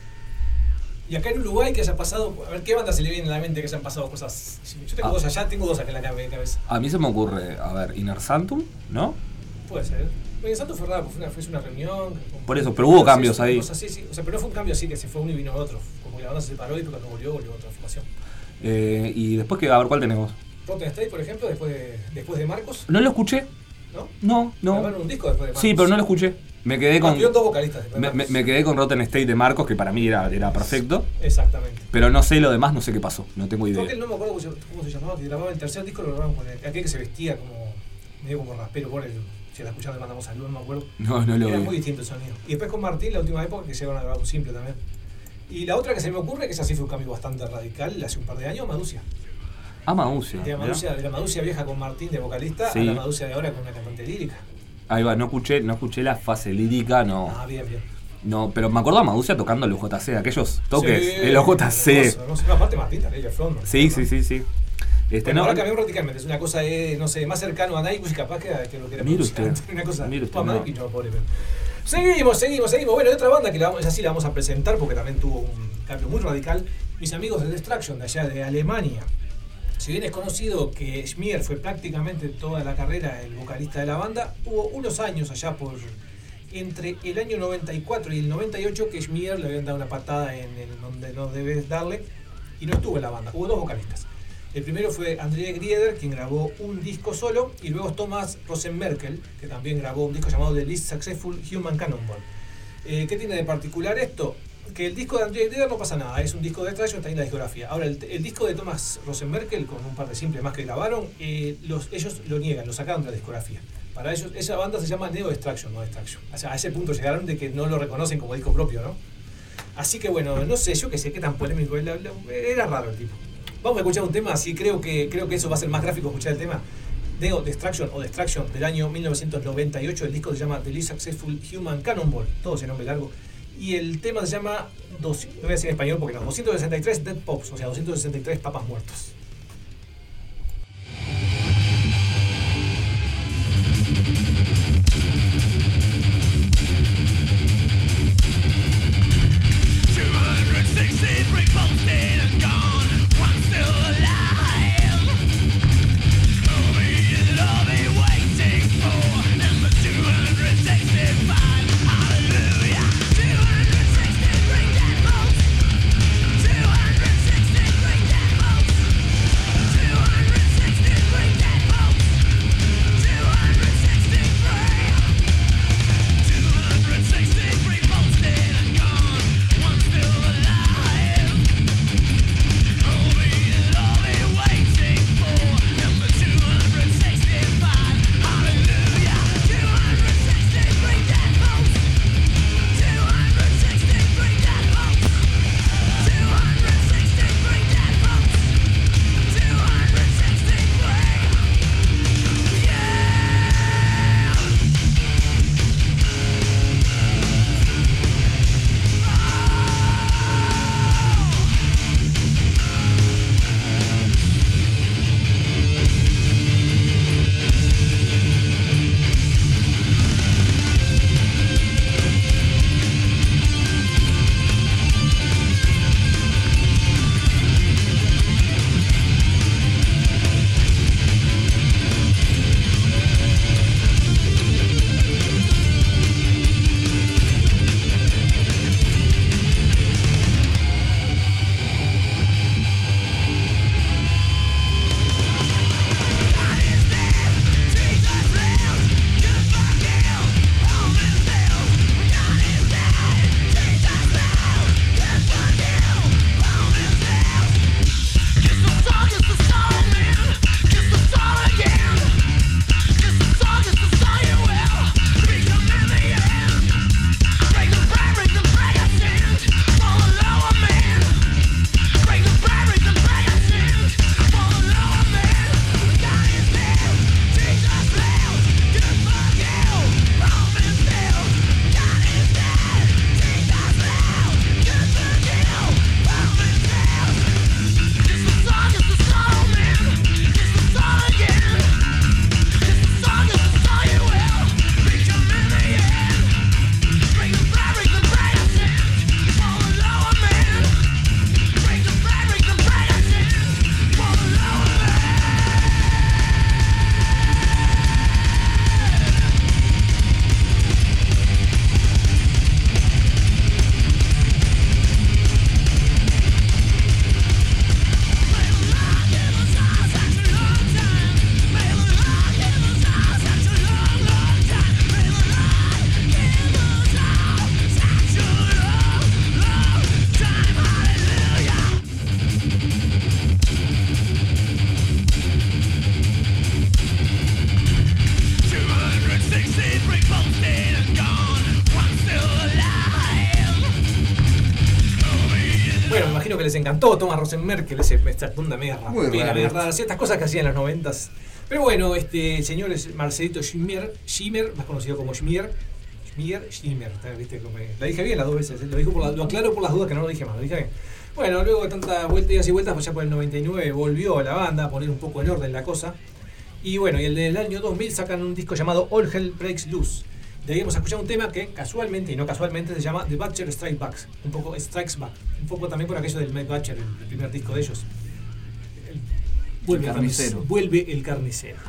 Y acá en Uruguay que haya pasado, a ver qué banda se le viene a la mente que hayan pasado cosas. Yo tengo dos allá, tengo dos acá en la cabeza. A mí se me ocurre, a ver, Inner Sanctum, ¿no? Puede ser. Inner Sanctum fue raro, fue una reunión. Por eso, pero hubo cambios ahí. Sí. O sea, pero no fue un cambio así que se fue uno y vino otro. Como que la banda se separó y cuando volvió otra formación. Y después, a ver, ¿cuál tenemos? Rotten State, por ejemplo, después de Marcos. ¿No lo escuché? ¿No? No. Grabaron un disco después de Marcos. Sí, pero no lo escuché. Me quedé con. Dos vocalistas me quedé con Rotten State de Marcos, que para mí era perfecto. Exactamente. Pero no sé lo demás, no sé qué pasó. No tengo idea. Porque él no me acuerdo cómo se llamaba, que grababa el tercer disco, lo grababan con aquel que se vestía como medio como rapero, por el. Si la escuchaban le mandamos saludos, no me acuerdo. No lo Era vi. muy distinto el sonido. Y después con Martín, la última época, que llegaron a grabar un simple también. Y la otra que se me ocurre, que esa sí fue un cambio bastante radical, hace un par de años, Madusia. Madusia. De la Madusia vieja con Martín de vocalista a la Madusia de ahora con una cantante lírica. Ahí va, no escuché la fase lírica, no. Bien. No, pero me acuerdo a Madusia tocando el OJC, aquellos toques, el OJC. Hermoso. Aparte Martín también, el frontman. Sí. Bueno, ahora cambió radicalmente, es una cosa, no sé, más cercano a Nightwish capaz que lo que era. Mire usted. Una cosa, no. pobre. Seguimos. Bueno, hay otra banda que así la vamos a presentar porque también tuvo un cambio muy radical. Mis amigos de Destruction, de allá de Alemania. Si bien es conocido que Schmier fue prácticamente toda la carrera el vocalista de la banda, hubo unos años allá entre el año 94 y el 98 que Schmier le habían dado una patada en donde no debes darle y no estuvo en la banda. Hubo dos vocalistas. El primero fue André Grieder, quien grabó un disco solo, y luego Thomas Rosenmerkel, que también grabó un disco llamado The Least Successful Human Cannonball. ¿Qué tiene de particular esto? Que el disco de André Grieder no pasa nada, es un disco de Destruction, está en la discografía. Ahora, el disco de Thomas Rosenmerkel, con un par de simples más que grabaron, ellos lo niegan, lo sacaron de la discografía. Para ellos, esa banda se llama Neo Destruction, no Destruction. O sea, a ese punto llegaron de que no lo reconocen como disco propio, ¿no? Así que bueno, no sé, yo qué sé, qué tan polémico, era raro el tipo. Vamos a escuchar un tema, así creo que eso va a ser más gráfico escuchar el tema. Neo Destruction o Destruction del año 1998, el disco se llama The Least Successful Human Cannonball, todo ese nombre largo. Y el tema se llama, lo voy a decir en español porque no, 263 Dead Pops, o sea, 263 papas muertos. Reposted and gone, one still alive. Oh, les encantó. Thomas Rosenmerkel, esa tunda media Muy rapera, raro media esto. rara, ciertas cosas que hacía en los 90s. Pero bueno, el señor es Marcelito Schimmer, más conocido como Schmier, ¿viste? La dije bien las dos veces, lo aclaro por las dudas que no lo dije mal, lo dije bien. Bueno, luego de tantas vueltas y vueltas, pues ya por el 99 volvió a la banda a poner un poco en orden la cosa. Y bueno, y el del año 2000 sacan un disco llamado All Hell Breaks Loose. De ahí hemos escuchado un tema que casualmente y no casualmente se llama The Butcher Strikes Back. Un poco también por aquello del Mike Butcher, el primer disco de ellos. Vuelve el carnicero.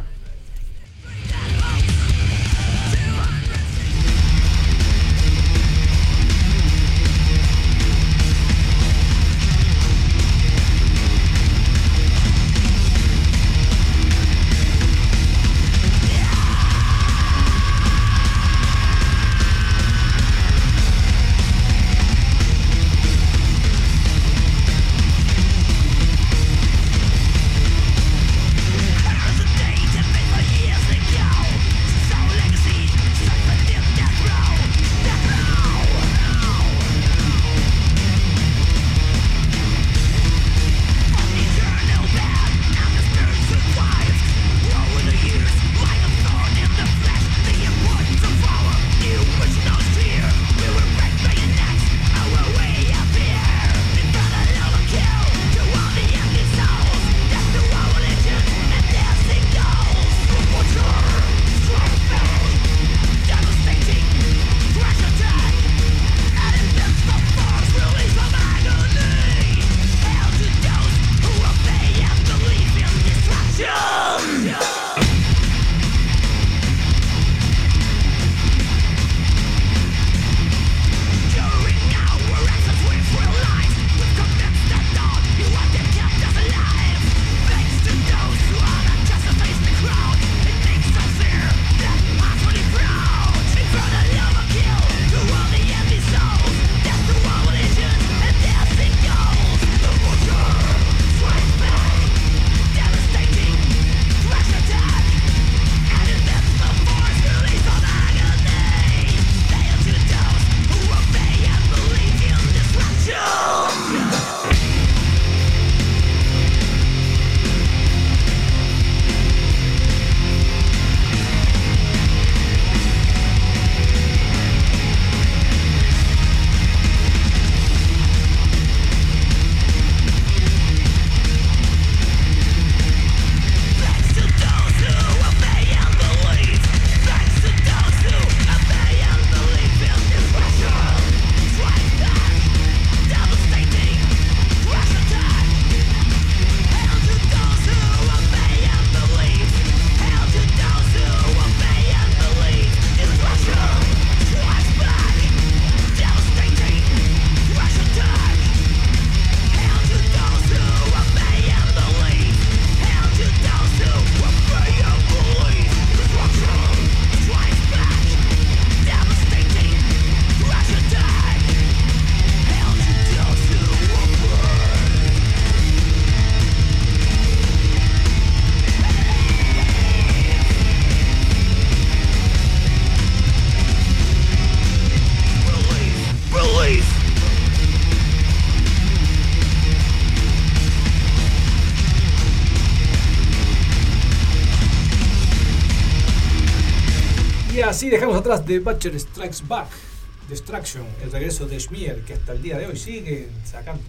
Y así dejamos atrás The Butcher Strikes Back, Destruction, el regreso de Schmier, que hasta el día de hoy sigue sacando.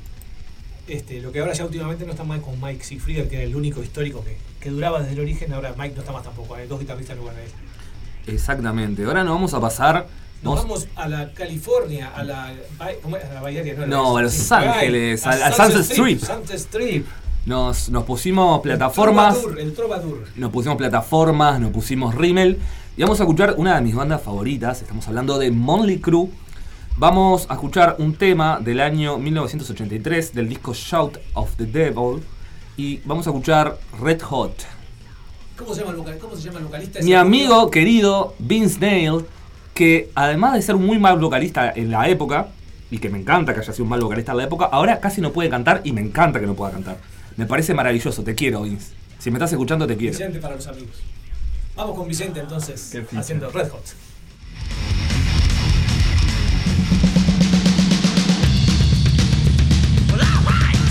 Lo que ahora ya últimamente no está mal con Mike Seafrieder, que era el único histórico que duraba desde el origen. Ahora Mike no está más tampoco, hay dos guitarristas en lugar de él. Exactamente. Ahora nos vamos a pasar. Nos vamos a la California, a la Bahía Area, no, a Los Ángeles, al Sunset Strip. Sunset Strip. Nos pusimos plataformas. El Trovadour. Nos pusimos plataformas, nos pusimos rímel. Y vamos a escuchar una de mis bandas favoritas. Estamos hablando de Motley Crue. Vamos a escuchar un tema del año 1983 del disco Shout of the Devil. Y vamos a escuchar Red Hot. ¿Cómo se llama el vocalista? Mi amigo querido Vince Neil, que además de ser un muy mal vocalista en la época, y que me encanta que haya sido un mal vocalista en la época, ahora casi no puede cantar y me encanta que no pueda cantar. Me parece maravilloso, te quiero, Vince. Si me estás escuchando, te quiero. Vicente para los amigos. Vamos con Vicente entonces, haciendo Red Hot. Well, all right.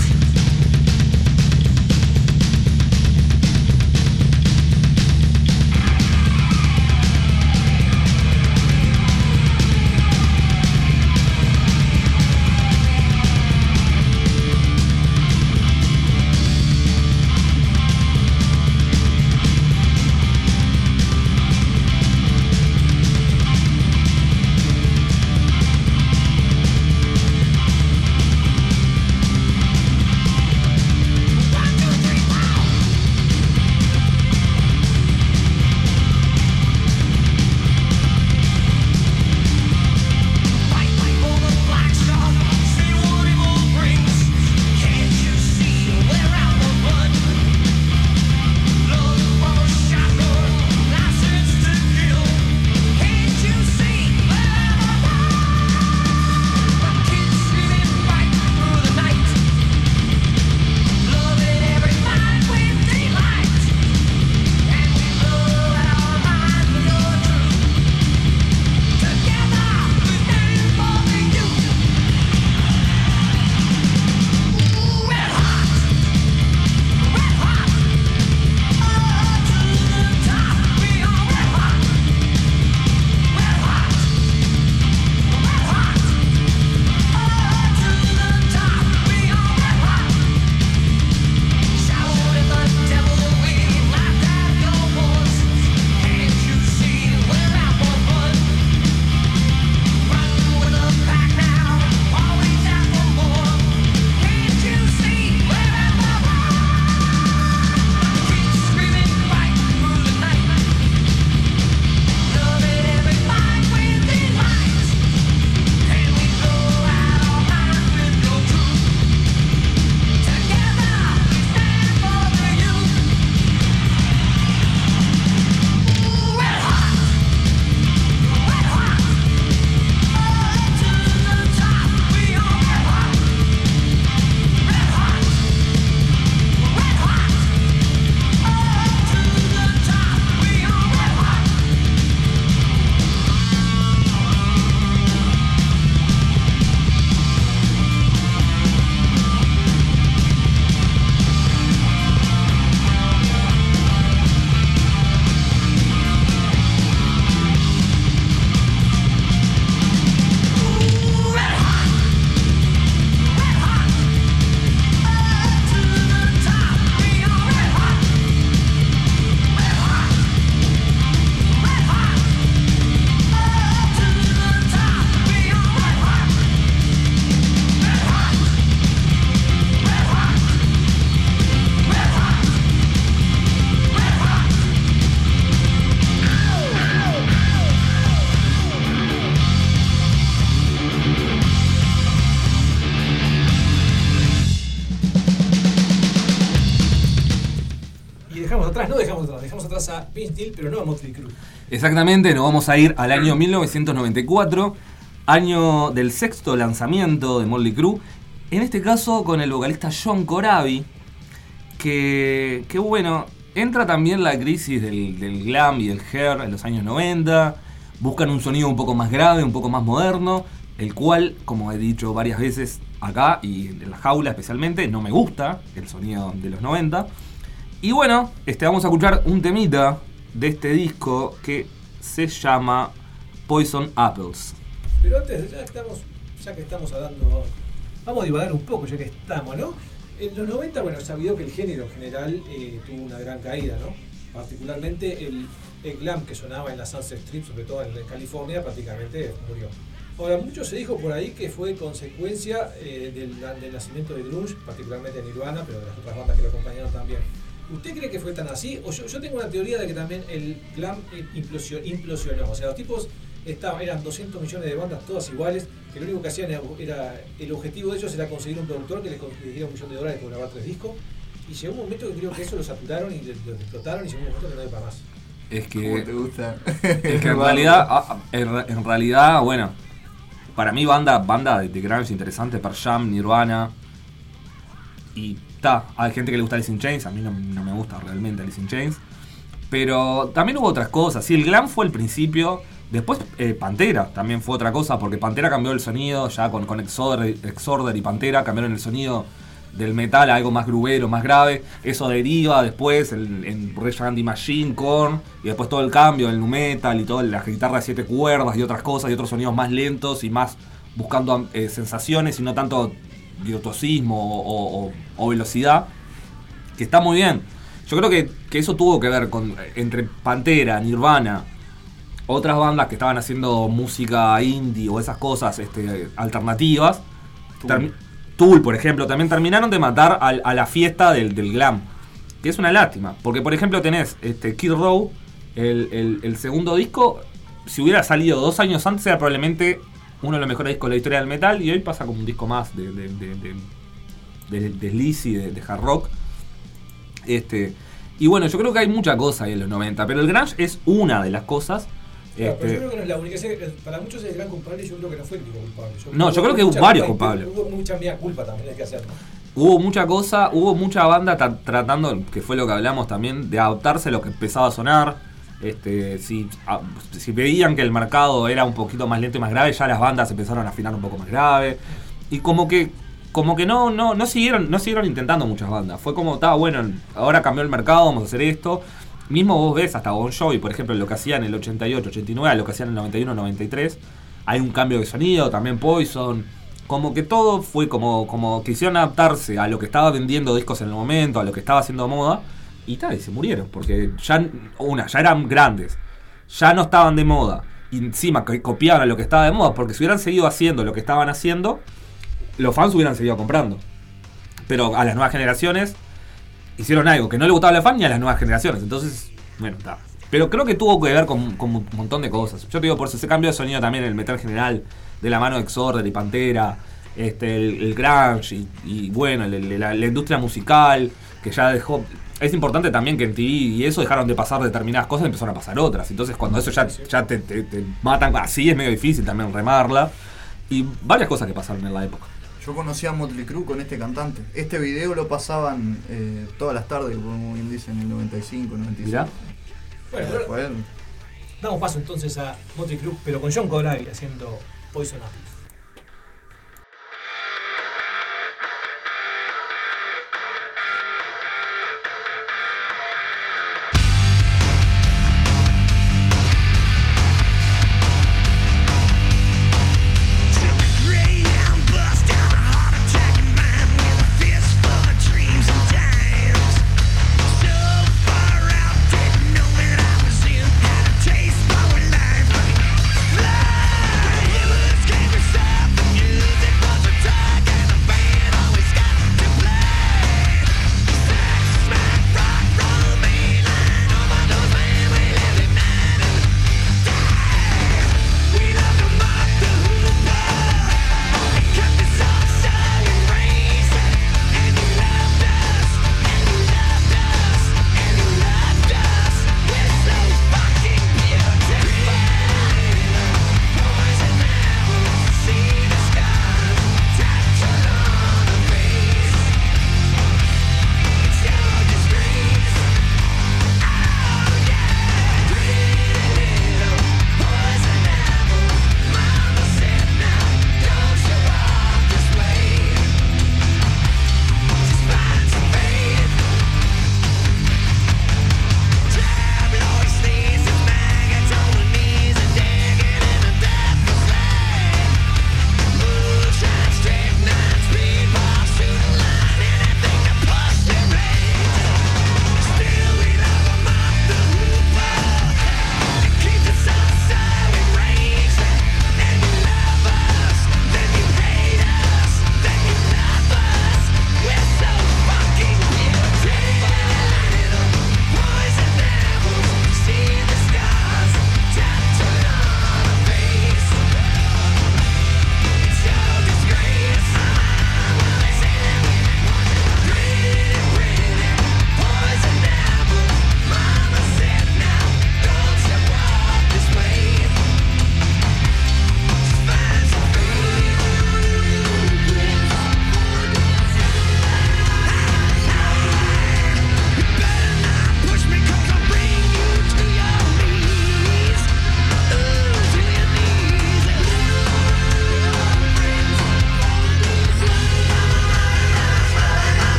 agarras a Vince Neil, pero no a Motley Crue. Exactamente, nos vamos a ir al año 1994, año del sexto lanzamiento de Motley Crue. En este caso con el vocalista John Corabi, que bueno, entra también la crisis del glam y del hair en los años 90. Buscan un sonido un poco más grave, un poco más moderno, el cual, como he dicho varias veces acá y en la jaula especialmente, no me gusta el sonido de los 90. Y bueno, vamos a escuchar un temita de este disco que se llama Poison Apples. Pero antes, ya que estamos hablando, vamos a divagar un poco ya que estamos, ¿no? En los 90, bueno, sabido que el género en general tuvo una gran caída, ¿no? Particularmente el glam que sonaba en la Sunset Strip, sobre todo en California, prácticamente murió. Ahora, mucho se dijo por ahí que fue consecuencia del nacimiento de grunge, particularmente Nirvana, pero de las otras bandas que lo acompañaron también. ¿Usted cree que fue tan así? O yo tengo una teoría de que también el glam implosionó. O sea, los tipos eran 200 millones de bandas, todas iguales, que lo único que hacían era el objetivo de ellos era conseguir un productor que les diera $1 millón por grabar 3 discos. Y llegó un momento que creo que eso lo saturaron y lo explotaron y llegó un momento que no hay para más. Es que, ¿Cómo te gusta? Es que en realidad, bueno, para mí banda de grunge interesante, Pearl Jam, Nirvana, y hay gente que le gusta Alice in Chains, a mí no me gusta realmente Alice in Chains, pero también hubo otras cosas. Sí, el glam fue el principio, después Pantera también fue otra cosa, porque Pantera cambió el sonido, ya con Exorder y Pantera cambiaron el sonido del metal a algo más grubero, más grave. Eso deriva después en Rage Against the Machine, Korn, y después todo el cambio del nu metal y toda la guitarra de 7 cuerdas y otras cosas y otros sonidos más lentos y más buscando sensaciones y no tanto virtuosismo o velocidad, que está muy bien. Yo creo que eso tuvo que ver con entre Pantera, Nirvana, otras bandas que estaban haciendo música indie o esas cosas alternativas. Tool, por ejemplo, también terminaron de matar a la fiesta del glam, que es una lástima, porque por ejemplo tenés Kid Row, el segundo disco, si hubiera salido 2 años antes era probablemente uno de los mejores discos de la historia del metal, y hoy pasa como un disco más de sleazy, de hard rock. Y bueno, yo creo que hay mucha cosa ahí en los 90, pero el grunge es una de las cosas. Claro, pero yo creo que no es la única. Para muchos es el gran culpable, yo creo que no fue el único culpable. Yo creo que hubo varios culpables. Hubo mucha mía culpa también, hay que hacerlo. Hubo mucha cosa, hubo mucha banda tratando, que fue lo que hablamos también, de adaptarse a lo que empezaba a sonar. Si veían que el mercado era un poquito más lento y más grave, ya las bandas empezaron a afinar un poco más grave. Y como que no siguieron intentando muchas bandas. Fue como, bueno, ahora cambió el mercado, vamos a hacer esto. Mismo vos ves hasta Bon Jovi, por ejemplo, lo que hacían en el 88, 89, lo que hacían en el 91, 93. Hay un cambio de sonido, también Poison. Como que todo fue como quisieron adaptarse a lo que estaba vendiendo discos en el momento, a lo que estaba haciendo moda. Y se murieron, porque ya eran grandes, ya no estaban de moda. Y encima copiaban lo que estaba de moda, porque si hubieran seguido haciendo lo que estaban haciendo, los fans hubieran seguido comprando. Pero a las nuevas generaciones hicieron algo que no le gustaba a los fans ni a las nuevas generaciones. Entonces, bueno, está. Pero creo que tuvo que ver con un montón de cosas. Yo te digo, por eso ese cambio de sonido también, el metal general, de la mano de Exorder y Pantera, el grunge y bueno, la industria musical, que ya dejó. Es importante también que en TV y eso dejaron de pasar determinadas cosas y empezaron a pasar otras. Entonces cuando eso ya te matan así, es medio difícil también remarla. Y varias cosas que pasaron en la época. Yo conocí a Motley Crue con este cantante. Este video lo pasaban todas las tardes, como bien dicen, en el 95, 96. Mirá. Bueno, damos paso entonces a Motley Crue, pero con John Corabi haciendo Poison Apples. Fly, it was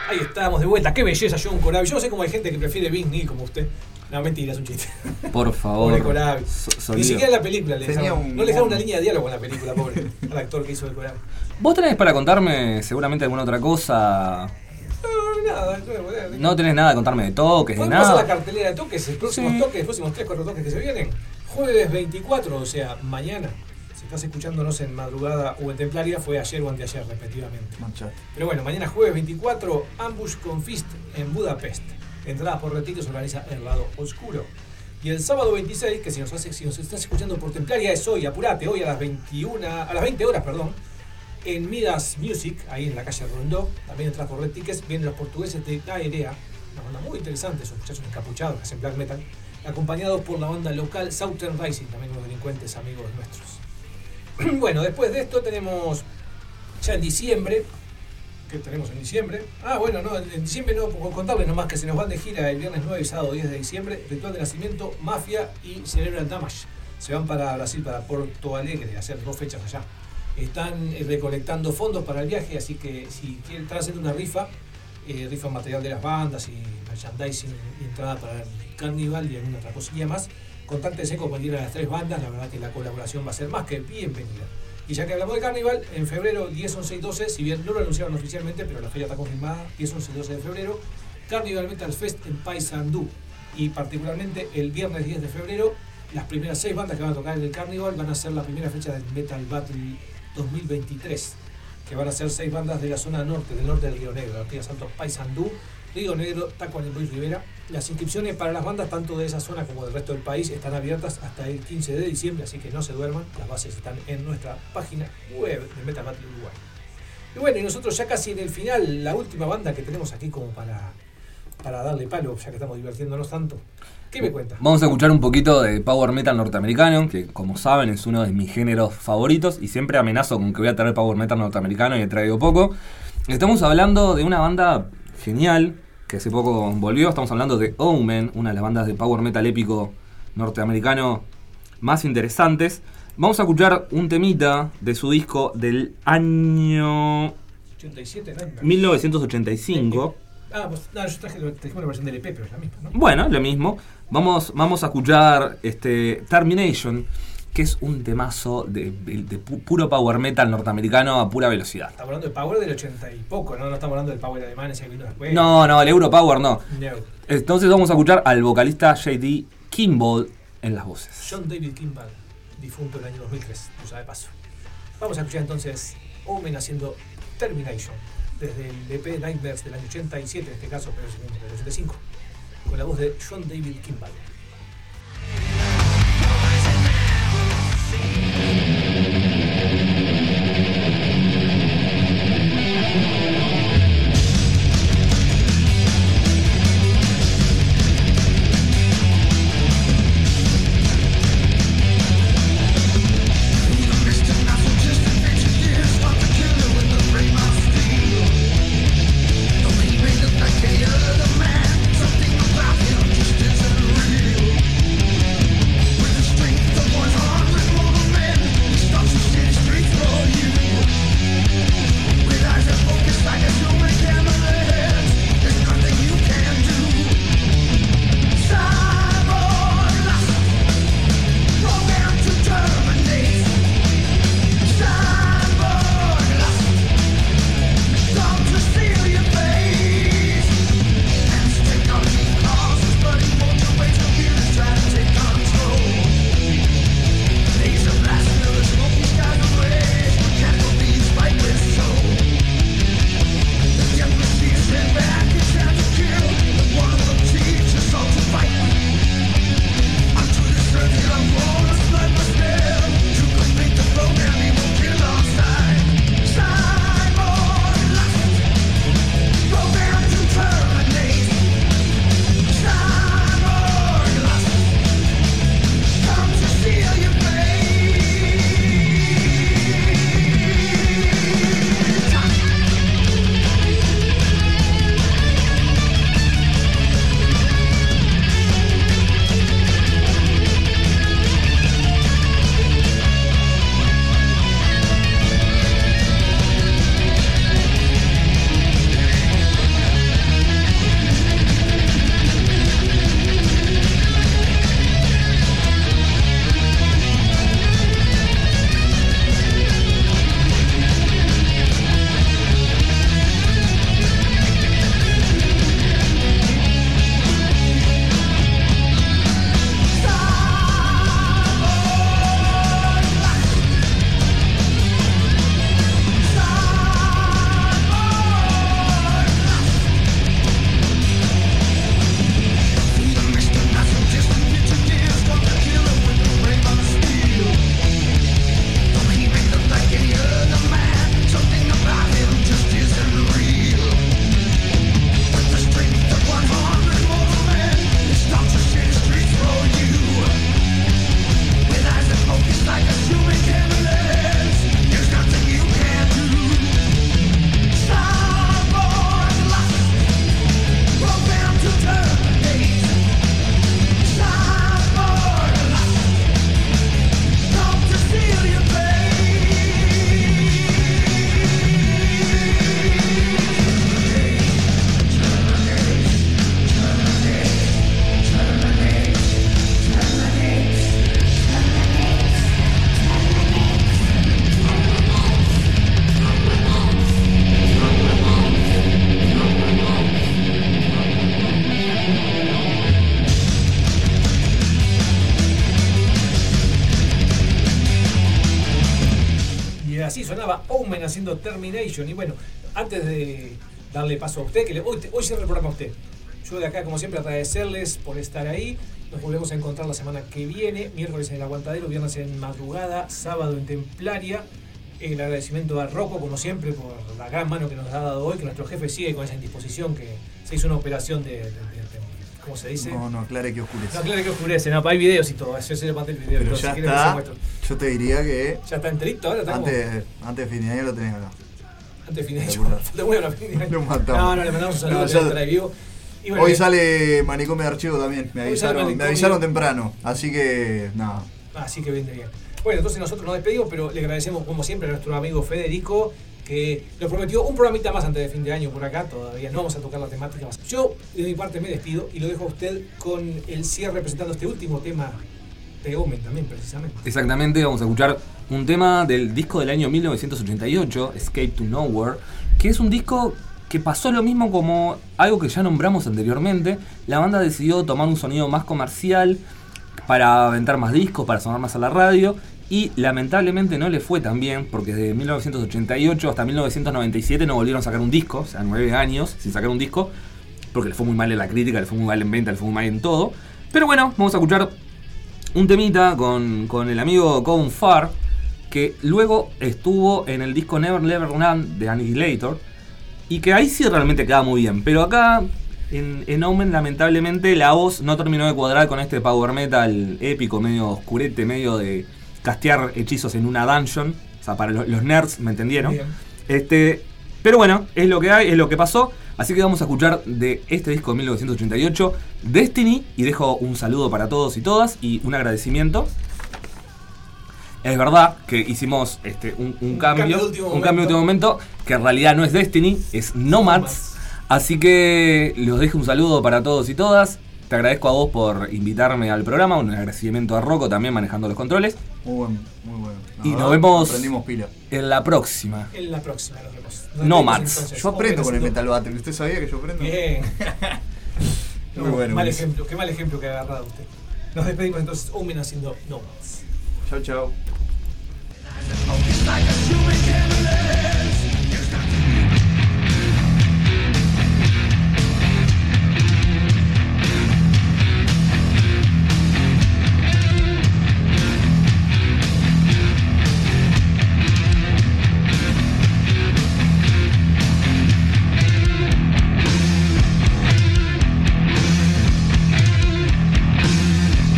Ahí estamos de vuelta. Qué belleza, John Corabi. Yo no sé cómo hay gente que prefiere Big Neil como usted. No, mentira, es un chiste. Por favor. Pobre Corabi. Ni siquiera en la película le dejaron, no le dejaron una línea de diálogo en la película, pobre, al actor que hizo de Corabi. ¿Vos tenés para contarme seguramente alguna otra cosa? No, nada. No tenés nada que contarme de toques, de ¿Cuándo pasa nada. la cartelera de toques? Los próximos toques, los próximos 3-4 toques que se vienen. Jueves 24, o sea, mañana. Si estás escuchándonos en madrugada o en Templaria, fue ayer o anteayer, respectivamente. Manchate. Pero bueno, mañana jueves 24, Ambush con Fist en Budapest. Entradas por retiro se organiza El Lado Oscuro. Y el sábado 26, que si nos estás escuchando por Templaria es hoy, apurate, hoy a las 20 horas, en Midas Music, ahí en la calle Rondó, también entradas por Red Tickets, vienen los portugueses de Aerea, una banda muy interesante, esos muchachos encapuchados que hacen black metal, acompañados por la banda local Southern Rising, también unos delincuentes amigos nuestros. Bueno, después de esto tenemos ya en diciembre. ¿Qué tenemos en diciembre? Bueno, no, en diciembre no, contarles nomás que se nos van de gira el viernes 9 y sábado 10 de diciembre, Ritual de Nacimiento, Mafia y Cerebral Damage. Se van para Brasil, para Porto Alegre, a hacer 2 fechas allá. Están recolectando fondos para el viaje, así que si quieren, están haciendo una rifa material de las bandas y merchandising y entrada para el Carnival y alguna otra cosilla más. Contáctense con cualquiera de las 3 bandas, la verdad que la colaboración va a ser más que bienvenida. Y ya que hablamos de Carnival, en febrero 10, 11 y 12, si bien no lo anunciaron oficialmente, pero la fecha está confirmada, 10, 11 y 12 de febrero, Carnival Metal Fest en Paysandú. Y particularmente el viernes 10 de febrero, las primeras 6 bandas que van a tocar en el Carnival van a ser la primera fecha del Metal Battle 2023, que van a ser 6 bandas de la zona norte, del norte del Río Negro, Ortiga Santos, Paysandú, Río Negro, Tacuarembó y Rivera. Las inscripciones para las bandas, tanto de esa zona como del resto del país, están abiertas hasta el 15 de diciembre, así que no se duerman. Las bases están en nuestra página web de Metal Battle Uruguay. Y bueno, y nosotros ya casi en el final, la última banda que tenemos aquí como para darle palo, ya que estamos divirtiéndonos tanto. ¿Qué me cuentas? Vamos a escuchar un poquito de Power Metal norteamericano, que como saben es uno de mis géneros favoritos y siempre amenazo con que voy a traer Power Metal norteamericano y he traído poco. Estamos hablando de una banda genial, que hace poco volvió. Estamos hablando de Omen, una de las bandas de Power Metal épico norteamericano más interesantes. Vamos a escuchar un temita de su disco del año 87, ¿no? 1985. Pues no, yo traje una versión del EP, pero es la misma, ¿no? Bueno, lo mismo. Vamos a escuchar Termination, que es un temazo de puro power metal norteamericano a pura velocidad. Estamos hablando del power del 80 y poco, ¿no? No estamos hablando del power alemán ese que vino después. No, el Europower no. No. Entonces vamos a escuchar al vocalista J.D. Kimball en las voces. John David Kimball, difunto el año 2003, tú sabes, paso. Vamos a escuchar entonces Omen haciendo Termination, desde el EP Nightmares del año 87, en este caso, pero es del 85, con la voz de John David Kimball. The man, something about him just isn't real. Omen haciendo Termination. Y bueno, antes de darle paso a usted, que hoy cierra el programa a usted. Yo de acá, como siempre, agradecerles por estar ahí. Nos volvemos a encontrar la semana que viene, miércoles en el Aguantadero, viernes en Madrugada, sábado en Templaria. El agradecimiento a Rocco, como siempre, por la gran mano que nos ha dado hoy, que nuestro jefe sigue con esa indisposición, que se hizo una operación de ¿cómo se dice? No aclare que oscurece. No aclare que oscurece, no, hay videos y todo, yo se le mandé el video. Pero ya está, yo te diría que... Ya está enterito, ahora estamos... Antes de fin de año lo tenés acá. Antes de fin de año, falta muy a fin de año. Lo matamos. No, le mandamos un saludo a vivo. Y bueno, hoy sale Manicomio de Archivo también, me avisaron temprano, así que nada. Así que viene bien. Bueno, entonces nosotros nos despedimos, pero le agradecemos como siempre a nuestro amigo Federico, que nos prometió un programita más antes de fin de año por acá, todavía no vamos a tocar la temática más. Yo de mi parte me despido y lo dejo a usted con el cierre presentando este último tema de Omen también, precisamente. Exactamente, vamos a escuchar un tema del disco del año 1988, Escape to Nowhere, que es un disco que pasó lo mismo como algo que ya nombramos anteriormente. La banda decidió tomar un sonido más comercial para aventar más discos, para sonar más a la radio, y lamentablemente no le fue tan bien, porque desde 1988 hasta 1997 no volvieron a sacar un disco, o sea, 9 años sin sacar un disco, porque le fue muy mal en la crítica, le fue muy mal en venta, le fue muy mal en todo. Pero bueno, vamos a escuchar un temita con el amigo Gone Far, que luego estuvo en el disco Never Never Run de Annihilator, y que ahí sí realmente queda muy bien. Pero acá en Omen lamentablemente la voz no terminó de cuadrar con este power metal épico, medio oscurete, medio de castear hechizos en una dungeon. O sea, para los nerds, ¿me entendieron? Pero bueno, es lo que hay, es lo que pasó. Así que vamos a escuchar de este disco de 1988, Destiny, y dejo un saludo para todos y todas y un agradecimiento. Es verdad que hicimos un cambio de último momento, que en realidad no es Destiny, es Nomads. Así que les dejo un saludo para todos y todas. Te agradezco a vos por invitarme al programa, un agradecimiento a Rocco también manejando los controles. Muy bueno. Y nos vemos pila. en la próxima. En la próxima nos vemos. Nomads. Yo aprendo con el Metal Battle. ¿Usted sabía que yo aprendo? Bien. Muy bueno. Mal ejemplo, qué mal ejemplo que ha agarrado usted. Nos despedimos entonces, Omen haciendo Nomads. Chao. It's like a human cannibalism.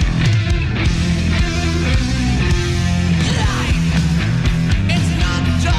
It's not just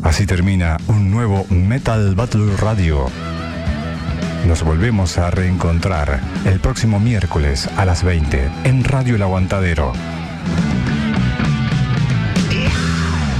Así termina un nuevo Metal Battle Radio. Nos volvemos a reencontrar el próximo miércoles a las 20 en Radio El Aguantadero.